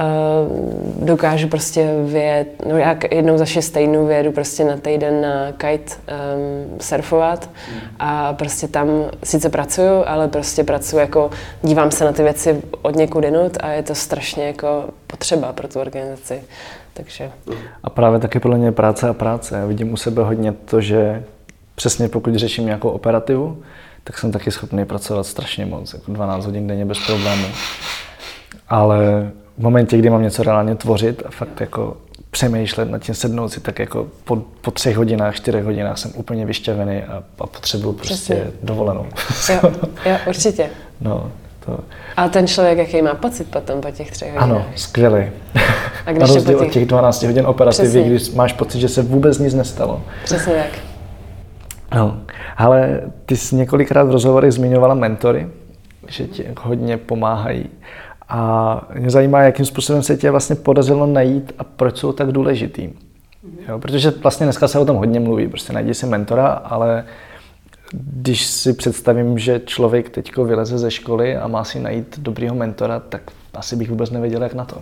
dokážu prostě vyjet, no já jednou za 6 týdnů vyjedu prostě na týden na kite surfovat a prostě tam sice pracuju, ale prostě pracuji jako, dívám se na ty věci od někud jinut a je to strašně jako potřeba pro tu organizaci, takže.
A právě taky podle mě práce a práce. Já vidím u sebe hodně to, že přesně pokud řeším nějakou operativu, tak jsem taky schopný pracovat strašně moc, jako 12 hodin denně bez problémů. Ale v momentě, kdy mám něco reálně tvořit a fakt jako přemýšlet nad tím, sednout si, tak jako po 3 hodinách, 4 hodinách jsem úplně vyšťavený a potřebuju prostě dovolenou.
Jo, určitě.
No, to...
A ten člověk, jaký má pocit potom po těch 3 hodinách?
Ano, skvělý.
A když
na rozdíl od těch 12 hodin operativy, když máš pocit, že se vůbec nic nestalo.
Přesně tak.
No, ale ty jsi několikrát v rozhovorech zmiňovala mentory, že ti hodně pomáhají. A mě zajímá, jakým způsobem se tě vlastně podařilo najít a proč jsou tak důležitý. Jo, protože vlastně dneska se o tom hodně mluví, prostě najdi si mentora, ale když si představím, že člověk teďko vyleze ze školy a má si najít dobrýho mentora, tak asi bych vůbec nevěděl, jak na to.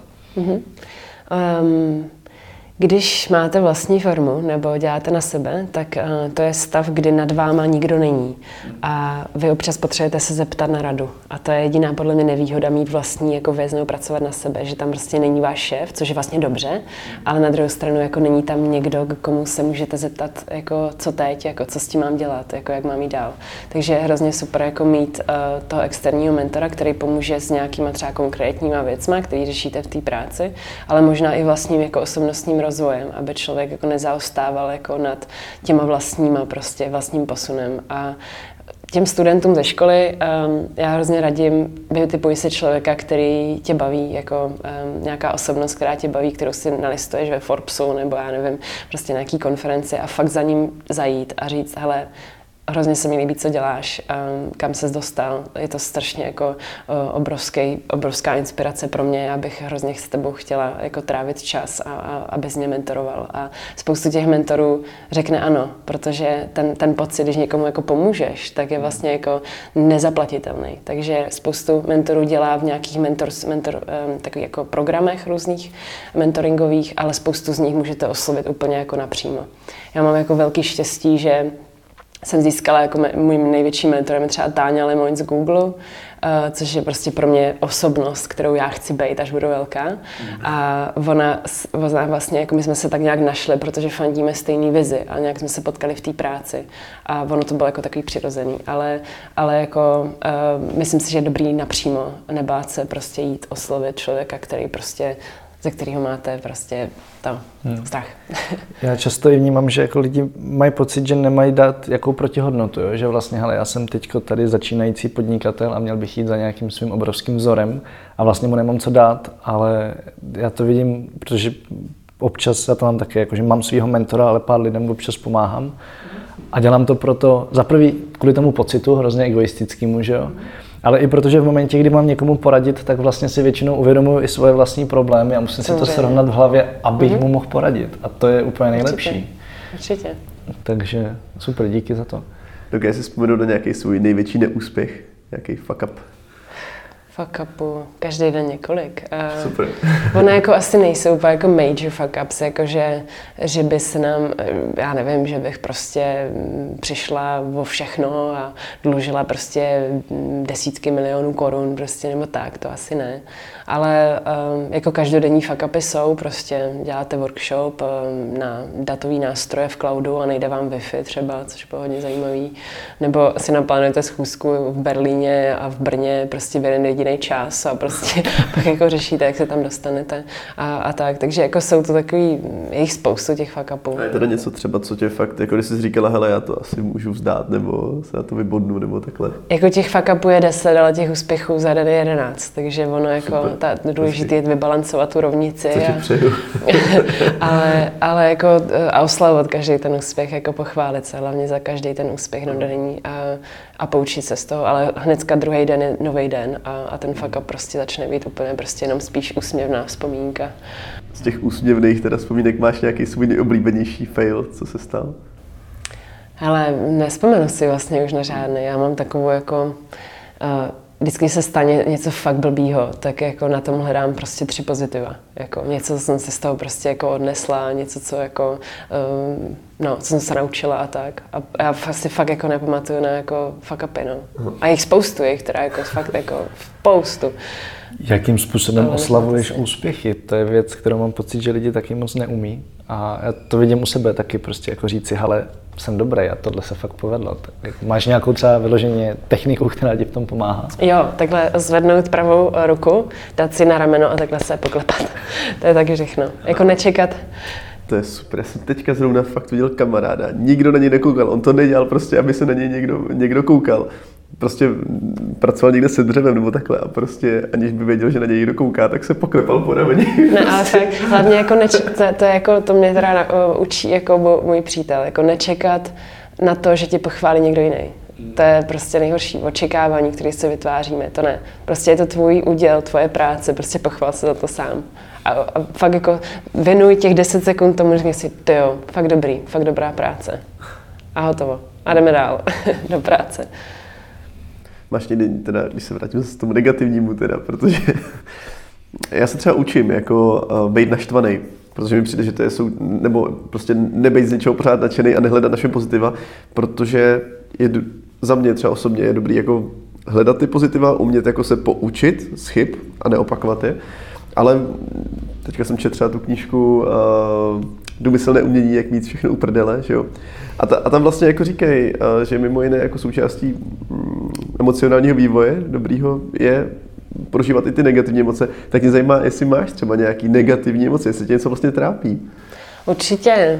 Když máte vlastní firmu nebo děláte na sebe, tak to je stav, kdy nad váma nikdo není. A vy občas potřebujete se zeptat na radu. A to je jediná podle mě nevýhoda mít vlastní jako věc nebo pracovat na sebe, že tam prostě není váš šéf, což je vlastně dobře, ale na druhou stranu jako není tam někdo, komu se můžete zeptat, jako co teď, jako co s tím mám dělat, jako jak mám jít dál. Takže je hrozně super jako mít toho externího mentora, který pomůže s nějakýma třeba konkrétníma věcma, který řešíte v té práci, ale možná i vlastním jako osobnostním rozvojem, aby člověk jako nezaostával jako nad těma vlastním posunem. A těm studentům ze školy já hrozně radím, vytipuj si člověka, který tě baví, jako nějaká osobnost, která tě baví, kterou si nalistuješ ve Forbesu nebo já nevím, prostě na nějaký konferenci a fakt za ním zajít a říct, hele, hrozně se mi líbí, co děláš, kam ses dostal. Je to strašně jako obrovská inspirace pro mě. Já bych hrozně s tebou chtěla jako trávit čas a abys mě mentoroval. A spoustu těch mentorů řekne ano, protože ten pocit, když někomu jako pomůžeš, tak je vlastně jako nezaplatitelný. Takže spoustu mentorů dělá v nějakých takových jako programech různých mentoringových, ale spoustu z nich můžete oslovit úplně jako napřímo. Já mám jako velký štěstí, že jsem získala jako můj největší mentor je třeba Táňa Lemoň z Google, což je prostě pro mě osobnost, kterou já chci být, až budu velká. A ona vlastně, jako my jsme se tak nějak našli, protože fandíme stejný vizi a nějak jsme se potkali v té práci. A ono to bylo jako takový přirozený. Ale jako myslím si, že je dobrý napřímo, nebát se prostě jít oslovit člověka, který prostě ze kterého máte prostě to strach.
Já často i vnímám, že jako lidi mají pocit, že nemají dát jakou protihodnotu, jo? Že vlastně, hele, já jsem teďko tady začínající podnikatel a měl bych jít za nějakým svým obrovským vzorem a vlastně mu nemám co dát, ale já to vidím, protože občas já to mám taky, jako, že mám svého mentora, ale pár lidem občas pomáhám a dělám to proto, za prvý kvůli tomu pocitu, hrozně egoistickému, že jo? Ale i protože v momentě, kdy mám někomu poradit, tak vlastně si většinou uvědomuji i svoje vlastní problémy a musím si to srovnat v hlavě, abych mu mohl poradit. A to je úplně nejlepší.
Určitě.
Takže super, díky za to.
Dokážu si vzpomenout na nějaký svůj největší neúspěch, nějaký fuck up?
Fuck upu, každý den několik.
Super.
Ono jako asi nejsou úplně jako major fuck ups, jako že by se nám, já nevím, že bych prostě přišla o všechno a dlužila prostě desítky milionů korun prostě nebo tak, to asi ne. Ale jako každodenní fuck upy jsou, prostě děláte workshop na datový nástroje v cloudu a nejde vám Wi-Fi třeba, což bylo hodně zajímavý. Nebo si naplánujete schůzku v Berlíně a v Brně prostě v jeden jediný čas a prostě pak jako řešíte, jak se tam dostanete a tak. Takže jako jsou to takový, je jich spoustu těch fuck upů.
A je teda něco třeba, co tě fakt, jako když jsi říkala, hele, já to asi můžu vzdát, nebo se na to vybodnu, nebo takhle? Jako
těch fuck upů je 10, ale těch úspěchů za den je 11, takže ono jako důležité je vybalancovat tu rovnici.
Co ti přeju.
ale jako a oslavovat každý ten úspěch, jako pochválit se, hlavně za každý ten úspěch denní a poučit se z toho, ale hnedka druhý den je nový den a ten fuck up prostě začne být úplně prostě jenom spíš úsměvná vzpomínka.
Z těch úsměvných teda vzpomínek máš nějaký svůj nejoblíbenější fail, co se stal?
Hele, nespomenu si vlastně už na žádný. Já mám takovou jako vždycky se stane něco fakt blbýho, tak jako na tom hledám prostě 3 pozitiva. Jako něco, co jsem se z toho prostě jako odnesla, něco, co jako, co jsem se naučila a tak. A já si fakt jako nepamatuju na jako fuck upy, no. A jich spoustu, jich teda jako fakt jako spoustu.
Jakým způsobem oslavuješ úspěchy? To je věc, kterou mám pocit, že lidi taky moc neumí. A já to vidím u sebe taky, prostě jako říct si, hele, jsem dobrý a tohle se fakt povedlo. Tak máš nějakou třeba vyloženě techniku, která ti v tom pomáhá?
Jo, takhle zvednout pravou ruku, dát si na rameno a takhle se poklepat. To je taky všechno. Jako nečekat.
To je super. Já jsem teďka zrovna fakt viděl kamaráda. Nikdo na něj nekoukal. On to nedělal prostě, aby se na něj někdo koukal. Prostě pracoval někde se dřevem nebo takhle a prostě aniž by věděl, že na něj někdo kouká, tak se poklepal po rameni.
Ne, ale tak hlavně jako to je jako, to mě teda učí jako můj přítel, jako nečekat na to, že ti pochválí někdo jiný. To je prostě nejhorší očekávání, které si vytváříme, to ne. Prostě je to tvůj úděl, tvoje práce, prostě pochvál se za to sám. A fakt jako věnuj těch 10 sekund tomu, řekni si, tyjo, fakt dobrý, fakt dobrá práce. A hotovo. A jdeme dál do práce.
Máš někdy, teda, když se vrátím z tomu negativnímu, teda, protože já se třeba učím jako být naštvaný, protože mi přijde, že to je nebo prostě nebejt z něčeho pořád nadšený a nehledat naše pozitiva, protože za mě třeba osobně je dobrý jako hledat ty pozitiva, umět jako se poučit z chyb a neopakovat je, ale teďka jsem četl třeba tu knížku Důmyslné umění, jak mít všechno u prdele, že jo. A tam vlastně jako říkají, že mimo jiné jako součástí emocionálního vývoje dobrýho je prožívat i ty negativní emoce. Tak mě zajímá, jestli máš třeba nějaký negativní emoce, jestli tě něco vlastně trápí.
Určitě.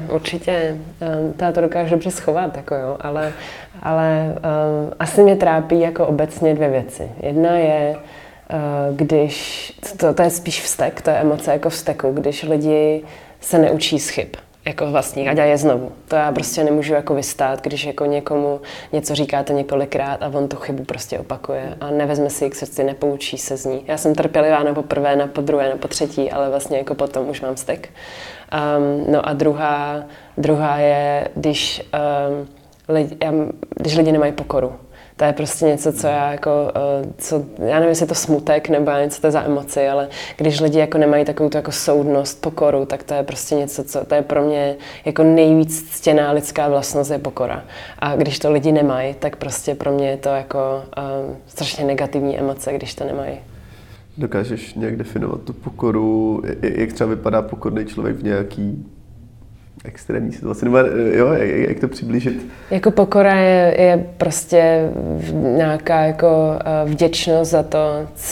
Já to dokážu dobře schovat, jako jo, ale asi mě trápí jako obecně 2 věci. Jedna je, když, to je spíš vztek, to je emoce jako vzteku, když lidi se neučí z chyb. jako vlastník a dělá je znovu. To já prostě nemůžu jako vystát, když jako někomu něco říkáte několikrát a on tu chybu prostě opakuje a nevezme si ji k srdci, nepoučí se z ní. Já jsem trpělivá na poprvé, na podruhé, na potřetí, ale vlastně jako potom už mám vztek. No a druhá je, když lidi nemají pokoru. To je prostě něco, co já jako, já nevím, jestli je to smutek nebo něco to je za emoci, ale když lidi jako nemají takovou tu jako soudnost, pokoru, tak to je prostě něco, to je pro mě jako nejvíc ctěná lidská vlastnost je pokora. A když to lidi nemají, tak prostě pro mě je to jako strašně negativní emoce, když to nemají.
Dokážeš nějak definovat tu pokoru, jak třeba vypadá pokorný člověk v nějaký extrémní situaci, nebo jo, jak to přiblížit?
Jako pokora je prostě nějaká jako vděčnost za to,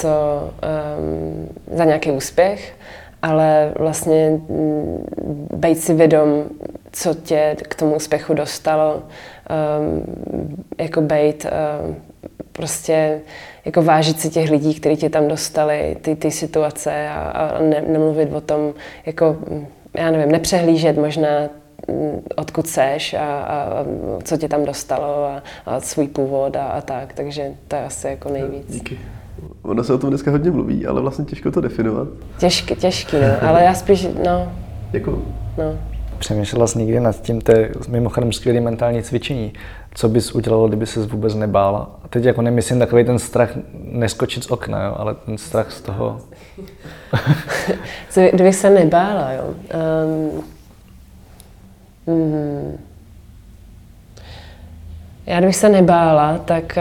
za nějaký úspěch, ale vlastně být si vědom, co tě k tomu úspěchu dostalo, jako být prostě jako vážit si těch lidí, kteří tě tam dostali, ty situace a nemluvit o tom, jako já nevím, nepřehlížet možná, odkud seš a co tě tam dostalo a svůj původ a tak, takže to je asi jako nejvíc.
Díky. Ono se o tom dneska hodně mluví, ale vlastně těžko to definovat.
Těžký, no, ale já spíš,
Děkuju.
No.
Přemýšlela jsi někdy nad tím, to je mimochodem skvělý mentální cvičení. Co bys udělala, kdyby ses vůbec nebála? A teď jako nemyslím takový ten strach neskočit z okna, jo, ale ten strach z toho.
Kdybych se nebála, jo. Já kdybych se nebála,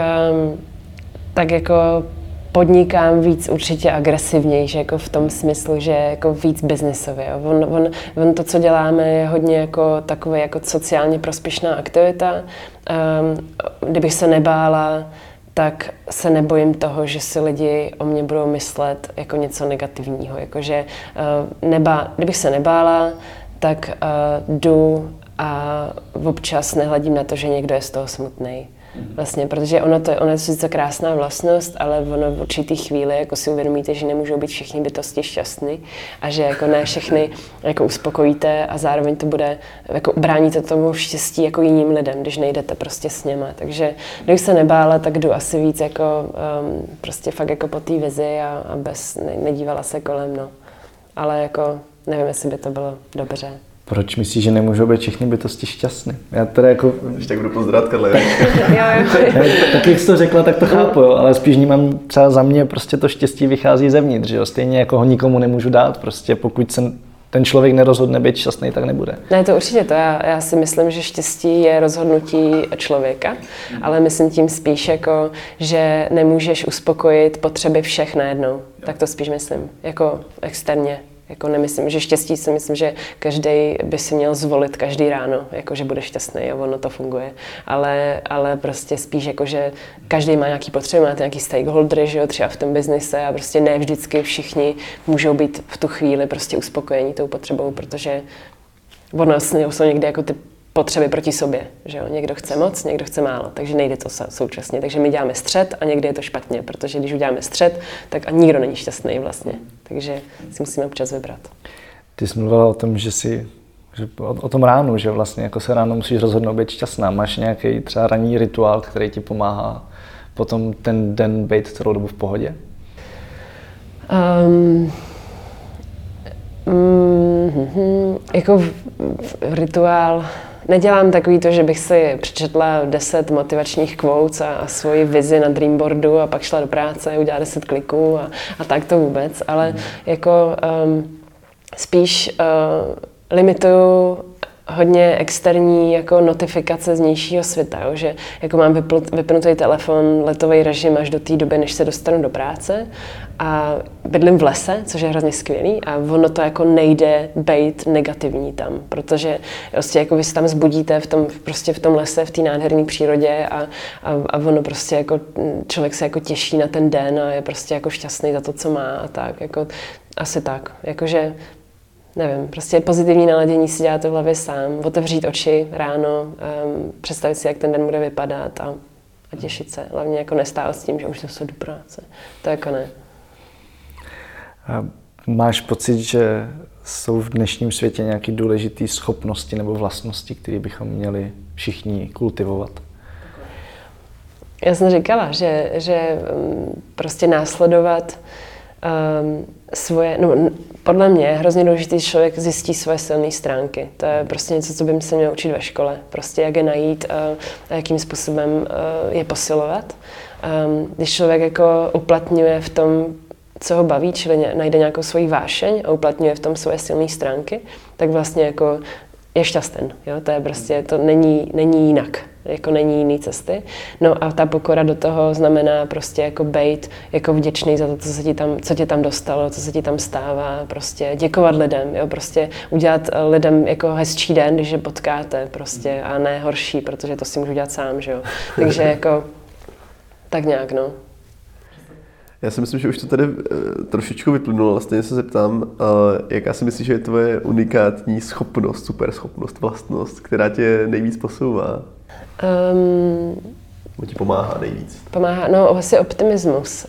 tak jako podnikám víc určitě agresivnější, jako v tom smyslu, že jako víc biznisově. On to, co děláme, je hodně jako takové jako sociálně prospěšná aktivita. Kdybych se nebála, tak se nebojím toho, že si lidi o mě budou myslet jako něco negativního. Jakože kdybych se nebála, tak jdu a občas nehledím na to, že někdo je z toho smutnej. Vlastně, protože ono je sice krásná vlastnost, ale ono v určitý chvíli jako si uvědomíte, že nemůžou být všichni bytosti šťastný a že jako ne všechny jako uspokojíte a zároveň to bude, jako bráníte tomu štěstí jako jiným lidem, když nejdete prostě s něma. Takže když se nebála, tak jdu asi víc jako prostě fakt jako po té vizi a nedívala se kolem, no. Ale jako nevím, jestli by to bylo dobře.
Proč myslíš, že nemůžou být všechny bytosti šťastný? Já teda jako...
Když tak budu pozdravit, Karle.
Tak jak jsi to řekla, tak to chápu, jo, ale spíš vnímám třeba za mě prostě to štěstí vychází zevnitř, jo. Stejně jako ho nikomu nemůžu dát, prostě pokud se ten člověk nerozhodne být šťastný, tak nebude.
Ne, to určitě to. Já si myslím, že štěstí je rozhodnutí člověka, ale myslím tím spíš jako, že nemůžeš uspokojit potřeby všech najednou. Tak to spíš myslím, jako externě. Jako nemyslím, že štěstí si myslím, že každý by si měl zvolit každý ráno, jako že bude šťastný a ono to funguje. Ale prostě spíš jako, že každý má nějaký potřeby, máte nějaký stakeholdery, že jo, třeba v tom biznise a prostě ne vždycky všichni můžou být v tu chvíli prostě uspokojení tou potřebou, protože ono jsou někdy jako ty potřeby proti sobě, že jo, někdo chce moc, někdo chce málo, takže nejde to současně, takže my děláme střed a někdy je to špatně, protože když uděláme střed, tak a nikdo není šťastný vlastně, takže si musíme občas vybrat.
Ty jsi mluvila o tom, že o tom ránu, že vlastně jako se ráno musíš rozhodnout být šťastná. Máš nějaký třeba ranní rituál, který ti pomáhá potom ten den být celou dobu v pohodě?
Jako rituál, nedělám takový to, že bych si přečetla 10 motivačních quotes a svoji vizi na Dreamboardu a pak šla do práce, udělala 10 kliků a tak to vůbec, ale jako spíš limituju hodně externí jako notifikace z vnějšího světa, jo? Že jako mám vypnutý telefon, letový režim až do té doby, než se dostanu do práce a bydlím v lese, což je hrozně skvělý a ono to jako nejde být negativní tam, protože prostě jako vy se tam zbudíte v tom lese, v té nádherné přírodě a ono prostě jako člověk se jako těší na ten den a je prostě jako šťastný za to, co má a tak, jako asi tak, jakože nevím, prostě pozitivní naladění si děláte v hlavě sám, otevřít oči ráno, představit si, jak ten den bude vypadat a těšit se. Hlavně jako nestát s tím, že už zase do práce. To jako ne.
Máš pocit, že jsou v dnešním světě nějaké důležité schopnosti nebo vlastnosti, které bychom měli všichni kultivovat?
Já jsem říkala, že prostě následovat svoje, no, podle mě je hrozně důležitý, že člověk zjistí svoje silné stránky. To je prostě něco, co by se měl učit ve škole. Prostě jak je najít a jakým způsobem je posilovat. Když člověk jako uplatňuje v tom, co ho baví, čili najde nějakou svoji vášeň a uplatňuje v tom svoje silné stránky, tak vlastně jako je šťasten. Jo? To je prostě, to není jinak. Jako není jiný cesty. No a ta pokora do toho znamená prostě jako bejt jako vděčný za to, co tě tam dostalo, co se ti tam stává, prostě děkovat lidem, jo? Prostě udělat lidem jako hezčí den, když je potkáte prostě a ne horší, protože to si můžu dělat sám, že jo. Takže jako tak nějak, no.
Já si myslím, že už to tady trošičku vyplynulo, ale stejně se zeptám, jaká si myslíš, že je tvoje unikátní schopnost, superschopnost, vlastnost, která tě nejvíc posouvá? Ti pomáhá nejvíc?
Pomáhá, no asi optimismus.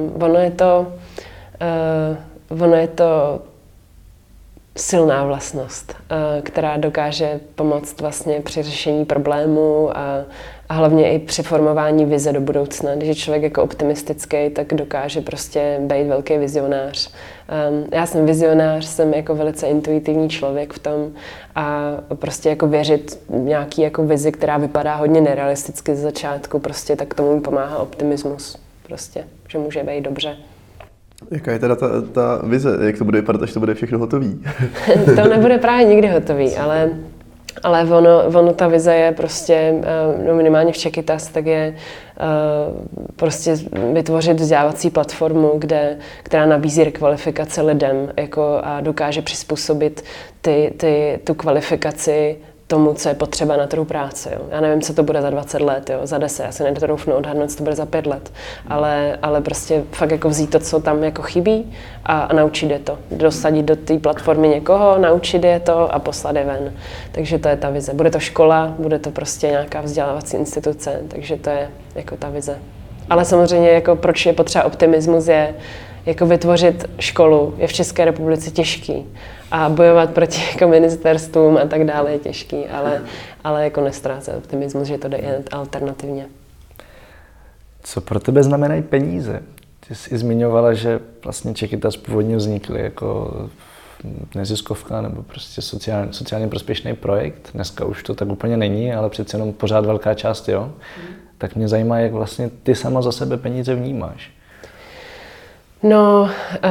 Ono je to silná vlastnost, která dokáže pomoct vlastně při řešení problémů a hlavně i při formování vize do budoucna. Když je člověk jako optimistický, tak dokáže prostě být velký vizionář. Já jsem vizionář, jsem jako velice intuitivní člověk v tom a prostě jako věřit nějaký jako vizi, která vypadá hodně nerealisticky z začátku, prostě tak tomu mi pomáhá optimismus. Prostě, že může být dobře.
Jaká je teda ta vize? Jak to bude vypadat, až to bude všechno hotový?
To nebude právě nikdy hotový, ale ono ta vize je prostě, no minimálně v Czechitas, tak je prostě vytvořit vzdělávací platformu, která nabízí rekvalifikace lidem jako a dokáže přizpůsobit tu kvalifikaci tomu, co je potřeba na trhu práce. Jo. Já nevím, co to bude za 20 let, jo, za 10, já si nedoufnu odhadnout, co to bude za 5 let, ale prostě fakt jako vzít to, co tam jako chybí a naučit je to. Dosadit do té platformy někoho, naučit je to a poslat je ven. Takže to je ta vize. Bude to škola, bude to prostě nějaká vzdělávací instituce, takže to je jako ta vize. Ale samozřejmě, jako proč je potřeba optimismus, je jako vytvořit školu je v České republice těžký a bojovat proti jako ministerstvům a tak dále je těžký, ale jako nestrácet optimismus, že to jde jen alternativně.
Co pro tebe znamenají peníze? Ty jsi zmiňovala, že vlastně Czechitas původně vznikly jako neziskovka nebo prostě sociálně prospěšný projekt. Dneska už to tak úplně není, ale přece jenom pořád velká část, jo? Tak mě zajímá, jak vlastně ty sama za sebe peníze vnímáš.
No,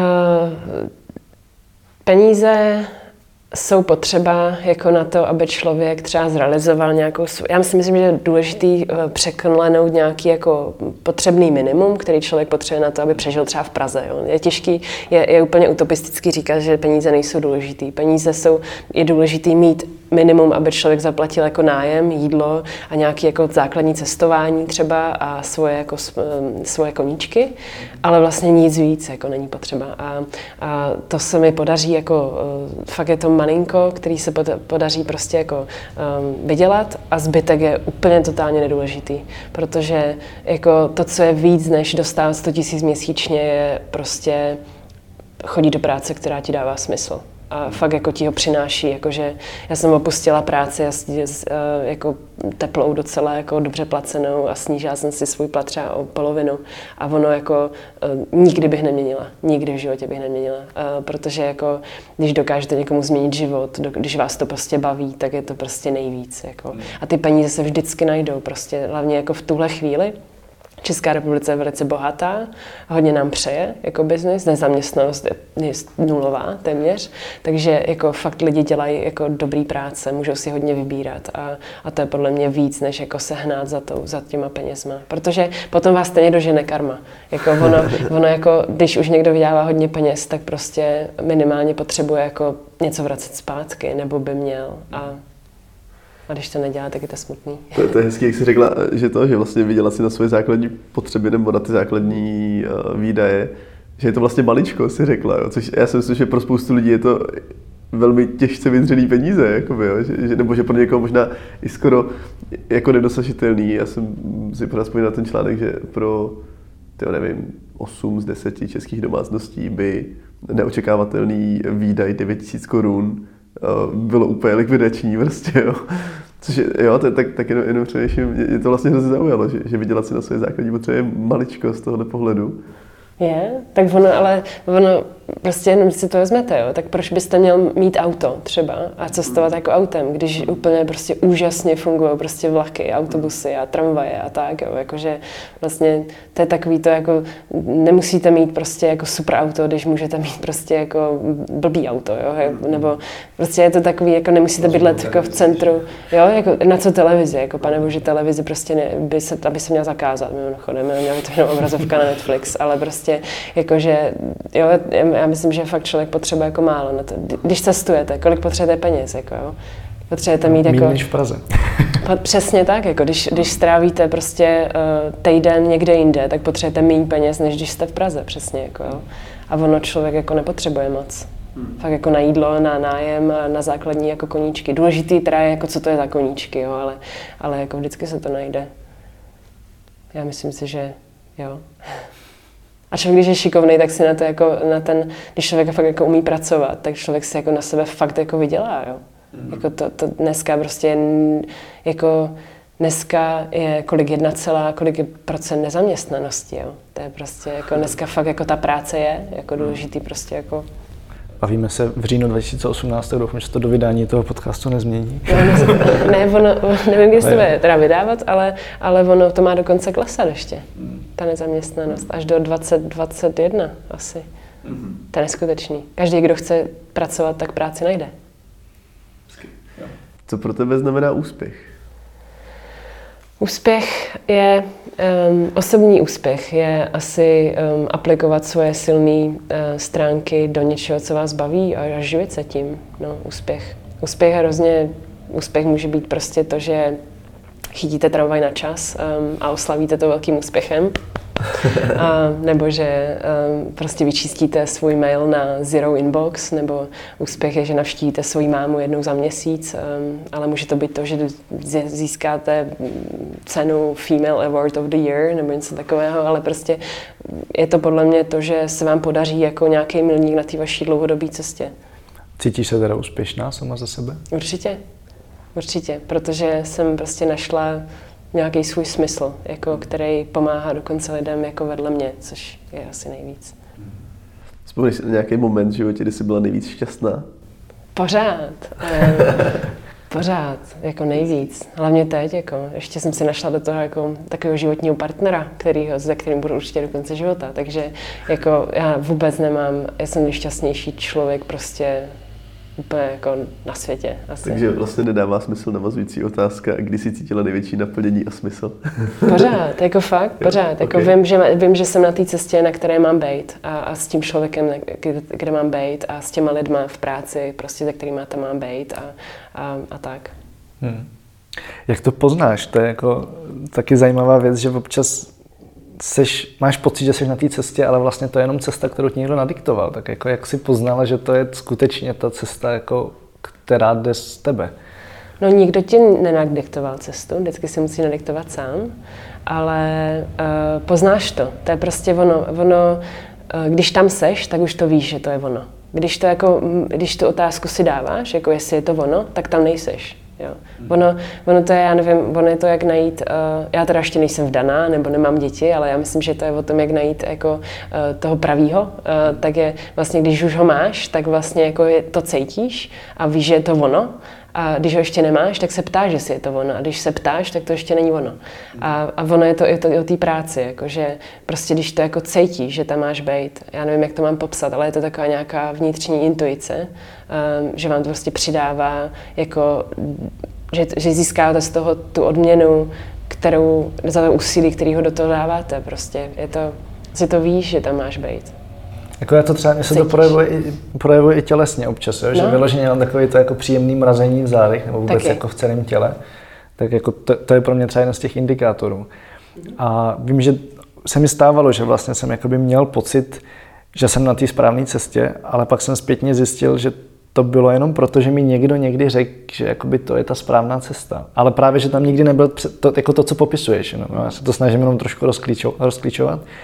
peníze jsou potřeba jako na to, aby člověk třeba zrealizoval nějakou já myslím, že je důležitý překlenout nějaký jako potřebný minimum, který člověk potřebuje na to, aby přežil třeba v Praze. Jo. Je těžký, je úplně utopistický říkat, že peníze nejsou důležitý. Je důležitý mít minimum, aby člověk zaplatil jako nájem, jídlo a nějaké jako základní cestování třeba a svoje koníčky, ale vlastně nic víc jako není potřeba. A to se mi podaří jako fakt je to malinko, který se podaří prostě jako vydělat a zbytek je úplně totálně nedůležitý, protože jako to, co je víc než dostávat 100 000 měsíčně, je prostě chodit do práce, která ti dává smysl. A fakt jako ti ho přináší, jakože já jsem opustila práci jako teplou docela jako dobře placenou a snížila jsem si svůj plat třeba o polovinu a ono jako nikdy bych neměnila, nikdy v životě bych neměnila, protože jako když dokážete někomu změnit život, když vás to prostě baví, tak je to prostě nejvíc jako. A ty peníze se vždycky najdou prostě, hlavně jako v tuhle chvíli. Česká republika je velice bohatá, hodně nám přeje jako biznis, nezaměstnanost je nulová téměř, takže jako fakt lidi dělají jako dobrý práce, můžou si hodně vybírat a to je podle mě víc, než jako se hnát za těma penězma, protože potom vás stejně dožene karma. Jako ono jako, když už někdo vydělává hodně peněz, tak prostě minimálně potřebuje jako něco vracet zpátky, nebo by měl a když to nedělá, tak je to smutný.
To je hezký, jak jsi řekla, že vlastně vydělat si na svoje základní potřeby nebo na ty základní výdaje, že je to vlastně maličko, si řekla, jo? Což já si myslím, že pro spoustu lidí je to velmi těžce vydřený peníze, jakoby, jo? Nebo že pro někoho možná i skoro jako nedosažitelný. Já jsem si pořád vzpomněl na ten článek, že pro, nevím, 8 z 10 českých domácností by neočekávatelný výdaj 9 000 korun bylo úplně likvidační prostě, jo. Což jo, tak jenom přemýšlím, je to vlastně hrozně zaujalo, že vydělat si na své základní potřeby je maličko z tohohle pohledu.
Je, tak ono prostě jenom si to vezmete, jo, tak proč byste měl mít auto třeba a cestovat jako autem, když úplně prostě úžasně fungují prostě vlaky, autobusy a tramvaje a tak, jo, jakože vlastně to je takový to jako, nemusíte mít prostě jako super auto, když můžete mít prostě jako blbý auto, jo, nebo prostě je to takový, jako nemusíte bydlet jako v centru, jo, jako na co televizi, jako panebože televizi prostě aby se měla zakázat, mimochodem, měla by to jenom obrazovka na Netflix, ale prostě jakože, jo, já myslím, že fakt člověk potřebuje jako málo na to. Když cestujete, kolik potřebujete peněz, jako jo? Potřebujete mít jako...
Méně než v Praze.
Přesně tak, jako když strávíte prostě týden někde jinde, tak potřebujete méně peněz, než když jste v Praze, přesně, jako jo? A ono člověk jako nepotřebuje moc. Fakt jako na jídlo, na nájem, na základní jako koníčky. Důležitý teda je, jako co to je za koníčky, jo? Ale jako vždycky se to najde. Já myslím si, že jo. A člověk, když je šikovný, tak si na to jako, když člověk fakt jako umí pracovat, tak člověk si jako na sebe fakt jako vydělá, jo. Jako to dneska prostě jako dneska je kolik je procent nezaměstnanosti, jo. To je prostě jako dneska fakt jako ta práce je jako důležitý prostě jako.
Bavíme se v říjnu 2018, tak doufám, že to do vydání toho podcastu nezmění.
Ne, nevím, kdy se to bude teda vydávat, ale ono to má dokonce klesat ještě, ta nezaměstnanost, až do 2021 asi. To je neskutečný. Každý, kdo chce pracovat, tak práci najde.
Co pro tebe znamená úspěch?
Úspěch je, osobní úspěch je asi aplikovat svoje silné stránky do něčeho, co vás baví a živit se tím. No, úspěch. Úspěch může být prostě to, že chytíte tramvaj na čas a oslavíte to velkým úspěchem. Nebo že prostě vyčistíte svůj mail na zero inbox, nebo úspěch je, že navštívíte svoji mámu jednou za měsíc, ale může to být to, že získáte cenu Female Award of the Year nebo něco takového, ale prostě je to podle mě to, že se vám podaří jako nějaký milník na té vaší dlouhodobé cestě.
Cítíš se teda úspěšná sama za sebe?
Určitě, protože jsem prostě našla nějaký svůj smysl, jako, který pomáhá dokonce lidem jako vedle mě, což je asi nejvíc.
Vzpomínáš na nějaký moment v životě, kdy jsi byla nejvíc šťastná?
Pořád, jako nejvíc. Hlavně teď, jako, ještě jsem si našla do toho jako takového životního partnera, se kterým budu určitě do konce života, takže jako já vůbec já jsem nejšťastnější člověk prostě úplně jako na světě. Asi.
Takže vlastně nedává smysl navazující otázka, kdy jsi cítila největší naplnění a smysl?
Pořád, jako fakt, pořád. Jako okay. Vím, že jsem na té cestě, na které mám být a s tím člověkem, kde mám být a s těma lidma v práci, prostě, se kterými tam mám být a tak.
Jak to poznáš? To je jako taky zajímavá věc, že občas máš pocit, že jsi na té cestě, ale vlastně to je jenom cesta, kterou ti někdo nadiktoval. Tak jako jak jsi poznala, že to je skutečně ta cesta, jako, která jde z tebe?
No nikdo ti nenadiktoval cestu, vždycky si musí nadiktovat sám, ale poznáš to. To je prostě ono, když tam seš, tak už to víš, že to je ono. Když tu otázku si dáváš, jako jestli je to ono, tak tam nejseš. Jo. Ono to je, já nevím, ono je to, jak najít, já teda ještě nejsem vdaná, nebo nemám děti, ale já myslím, že to je o tom, jak najít jako toho pravýho, tak je vlastně, když už ho máš, tak vlastně jako to cítíš a víš, že je to ono. A když ho ještě nemáš, tak se ptáš, jestli je to ono. A když se ptáš, tak to ještě není ono. A ono je to i o té práci, jakože prostě když to jako cítíš, že tam máš být, já nevím, jak to mám popsat, ale je to taková nějaká vnitřní intuice, že vám to prostě přidává, jako, že získáte z toho tu odměnu, kterou za to úsilí, který ho do toho dáváte. Prostě je to, si to víš, že tam máš být.
Jako já to třeba, se to projevuje i tělesně občas, jo? Že vyloženě mám takový to jako příjemný mrazení v zádech nebo vůbec jako v celém těle. Tak jako to je pro mě třeba jeden z těch indikátorů. A vím, že se mi stávalo, že vlastně jsem jakoby měl pocit, že jsem na té správné cestě, ale pak jsem zpětně zjistil, že to bylo jenom proto, že mi někdo někdy řekl, že jakoby to je ta správná cesta. Ale právě, že tam nikdy nebyl jako to, co popisuješ. No? Já se to snažím jenom trošku rozklíčovat.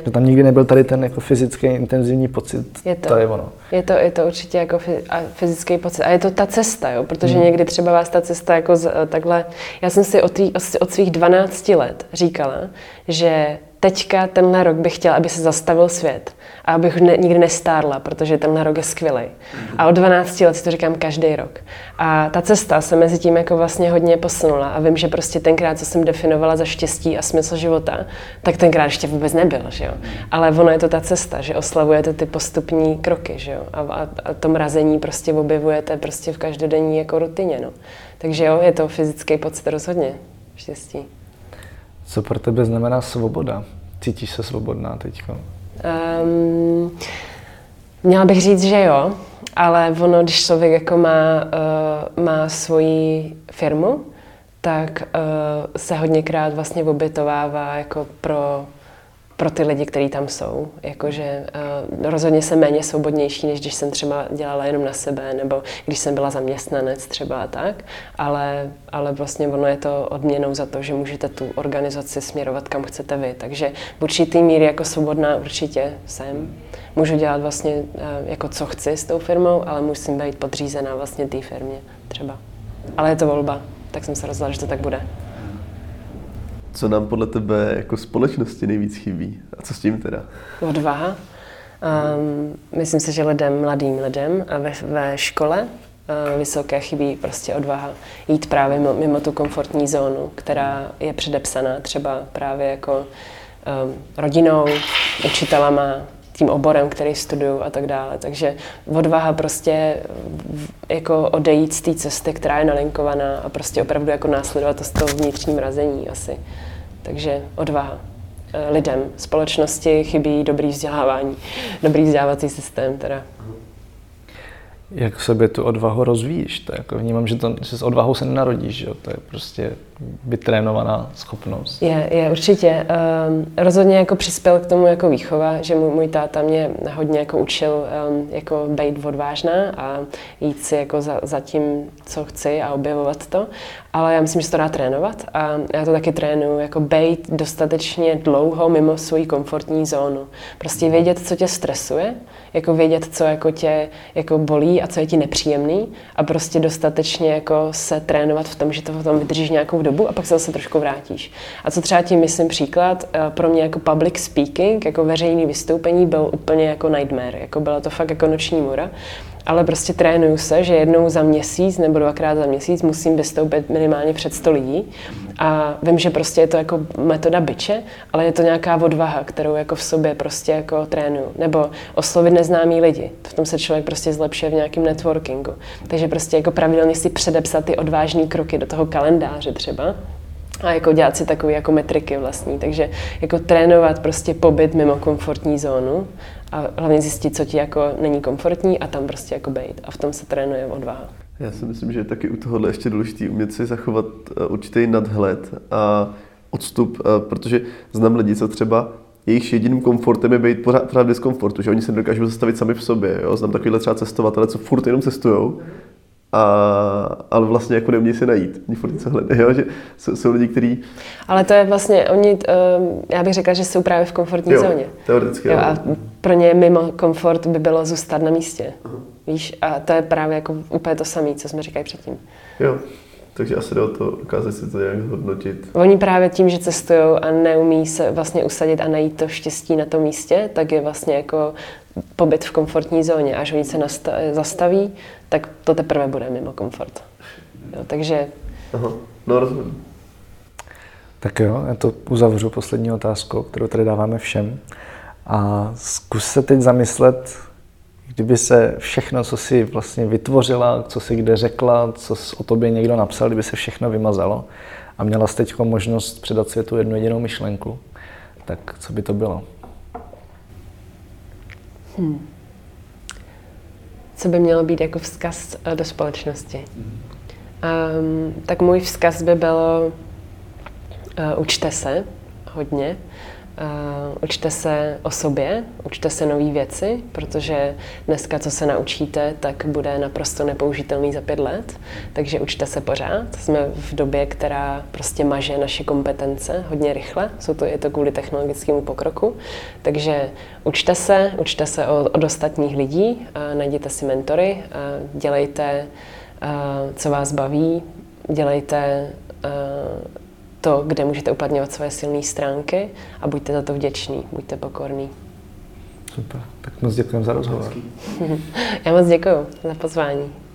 Že tam nikdy nebyl tady ten jako fyzický intenzivní pocit, to je ono.
Je to určitě jako fyzický pocit. A je to ta cesta, jo? Protože někdy třeba vás ta cesta jako takhle... Já jsem si od svých 12 let říkala, že teďka tenhle rok bych chtěla, aby se zastavil svět a abych nikdy nestárla, protože tenhle rok je skvělý. A od 12 let si to říkám každý rok. A ta cesta se mezi tím jako vlastně hodně posunula a vím, že prostě tenkrát, co jsem definovala za štěstí a smysl života, tak tenkrát ještě vůbec nebyl, že jo. Ale ono je to ta cesta, že oslavujete ty postupní kroky, že jo. A to mrazení prostě objevujete prostě v každodenní jako rutině, no. Takže jo, je to fyzický pocit rozhodně štěstí.
Co pro tebe znamená svoboda? Cítíš se svobodná teďko?
Měla bych říct, že jo, ale ono, když člověk jako má svoji firmu, tak se hodněkrát vlastně obětovává jako pro ty lidi, kteří tam jsou. Jakože rozhodně jsem méně svobodnější, než když jsem třeba dělala jenom na sebe, nebo když jsem byla zaměstnanec třeba a tak, ale vlastně ono je to odměnou za to, že můžete tu organizaci směrovat, kam chcete vy. Takže v určitý míry jako svobodná určitě jsem. Můžu dělat vlastně jako co chci s tou firmou, ale musím být podřízená vlastně té firmě třeba. Ale je to volba, tak jsem se rozhodla, že to tak bude.
Co nám podle tebe jako společnosti nejvíc chybí? A co s tím teda?
Odvaha. Myslím si, že mladým lidem ve škole vysoké chybí prostě odvaha. Jít právě mimo tu komfortní zónu, která je předepsaná třeba právě jako rodinou, učitelama, tím oborem, který studuju a tak dále. Takže odvaha prostě jako odejít z té cesty, která je nalinkovaná a prostě opravdu jako následovat to vnitřní mrazení asi. Takže odvaha. Lidem, společnosti chybí dobrý vzdělávání, dobrý vzdělávací systém teda.
Jak v sobě tu odvahu rozvíjíš? To jako vnímám, že s odvahou se nenarodíš, že? To je prostě vytrénovaná schopnost.
Je určitě. Rozhodně jako přispěl k tomu jako výchova, že můj táta mě hodně jako učil jako být odvážná a jít si jako za tím, co chci a objevovat to. Ale já myslím, že se to dá trénovat a já to taky trénuju, jako být dostatečně dlouho mimo svoji komfortní zónu. Prostě vědět, co tě stresuje, jako vědět, co jako tě jako bolí a co je ti nepříjemný a prostě dostatečně jako se trénovat v tom, že to v tom vydržíš nějakou dobu a pak se zase trošku vrátíš. A co třeba tím myslím příklad, pro mě jako public speaking, jako veřejný vystoupení byl úplně jako nightmare, jako byla to fakt jako noční můra. Ale prostě trénuju se, že jednou za měsíc nebo dvakrát za měsíc musím vystoupit minimálně před 100 lidí. A vím, že prostě je to jako metoda biče, ale je to nějaká odvaha, kterou jako v sobě prostě jako trénuju. Nebo oslovit neznámý lidi. V tom se člověk prostě zlepšuje v nějakém networkingu. Takže prostě jako pravidelně si předepsat ty odvážné kroky do toho kalendáře třeba. A jako dělat si takové jako metriky vlastní. Takže jako trénovat prostě pobyt mimo komfortní zónu a hlavně zjistit, co ti jako není komfortní a tam prostě jako bejt. A v tom se trénuje odvaha.
Já si myslím, že je taky u tohohle ještě důležitý umět si zachovat určitý nadhled a odstup, protože znám lidi, co třeba jejich jediným komfortem je být pořád v diskomfortu, že oni se nedokážou zastavit sami v sobě. Jo? Znám takovýhle třeba cestovatele, co furt jenom cestujou, ale vlastně jako neumějí se najít. Oni furt něco hledají, jo? Že jsou lidi, kteří...
Ale to je vlastně, já bych řekla, že jsou právě v komfortní zóně.
Teoreticky.
Jo, a pro ně mimo komfort by bylo zůstat na místě. Víš? A to je právě jako úplně to samé, co jsme říkali předtím.
Jo, takže asi jde o to dokázat si to nějak zhodnotit.
Oni právě tím, že cestují a neumí se vlastně usadit a najít to štěstí na tom místě, tak je vlastně jako pobyt v komfortní zóně. Až oni se zastaví, tak to teprve bude mimo komfort. Jo, takže...
Aha, no rozumím.
Tak jo, já to uzavřu poslední otázkou, kterou tady dáváme všem. A zkus se teď zamyslet, kdyby se všechno, co jsi vlastně vytvořila, co jsi kde řekla, co o tobě někdo napsal, kdyby se všechno vymazalo a měla jsi teď možnost předat světu jednu jedinou myšlenku, tak co by to bylo?
Co by mělo být jako vzkaz do společnosti? Tak můj vzkaz by bylo učte se hodně Učte se o sobě, učte se nové věci, protože dneska, co se naučíte, tak bude naprosto nepoužitelný za 5 let. Takže učte se pořád. Jsme v době, která prostě maže naše kompetence hodně rychle. Je to kvůli technologickému pokroku. Takže učte se od ostatních lidí, najděte si mentory, dělejte, co vás baví, dělejte to, kde můžete uplatňovat své silné stránky a buďte za to vděční, buďte pokorní.
Super, tak moc děkujeme za rozhovor.
Já moc děkuju za pozvání.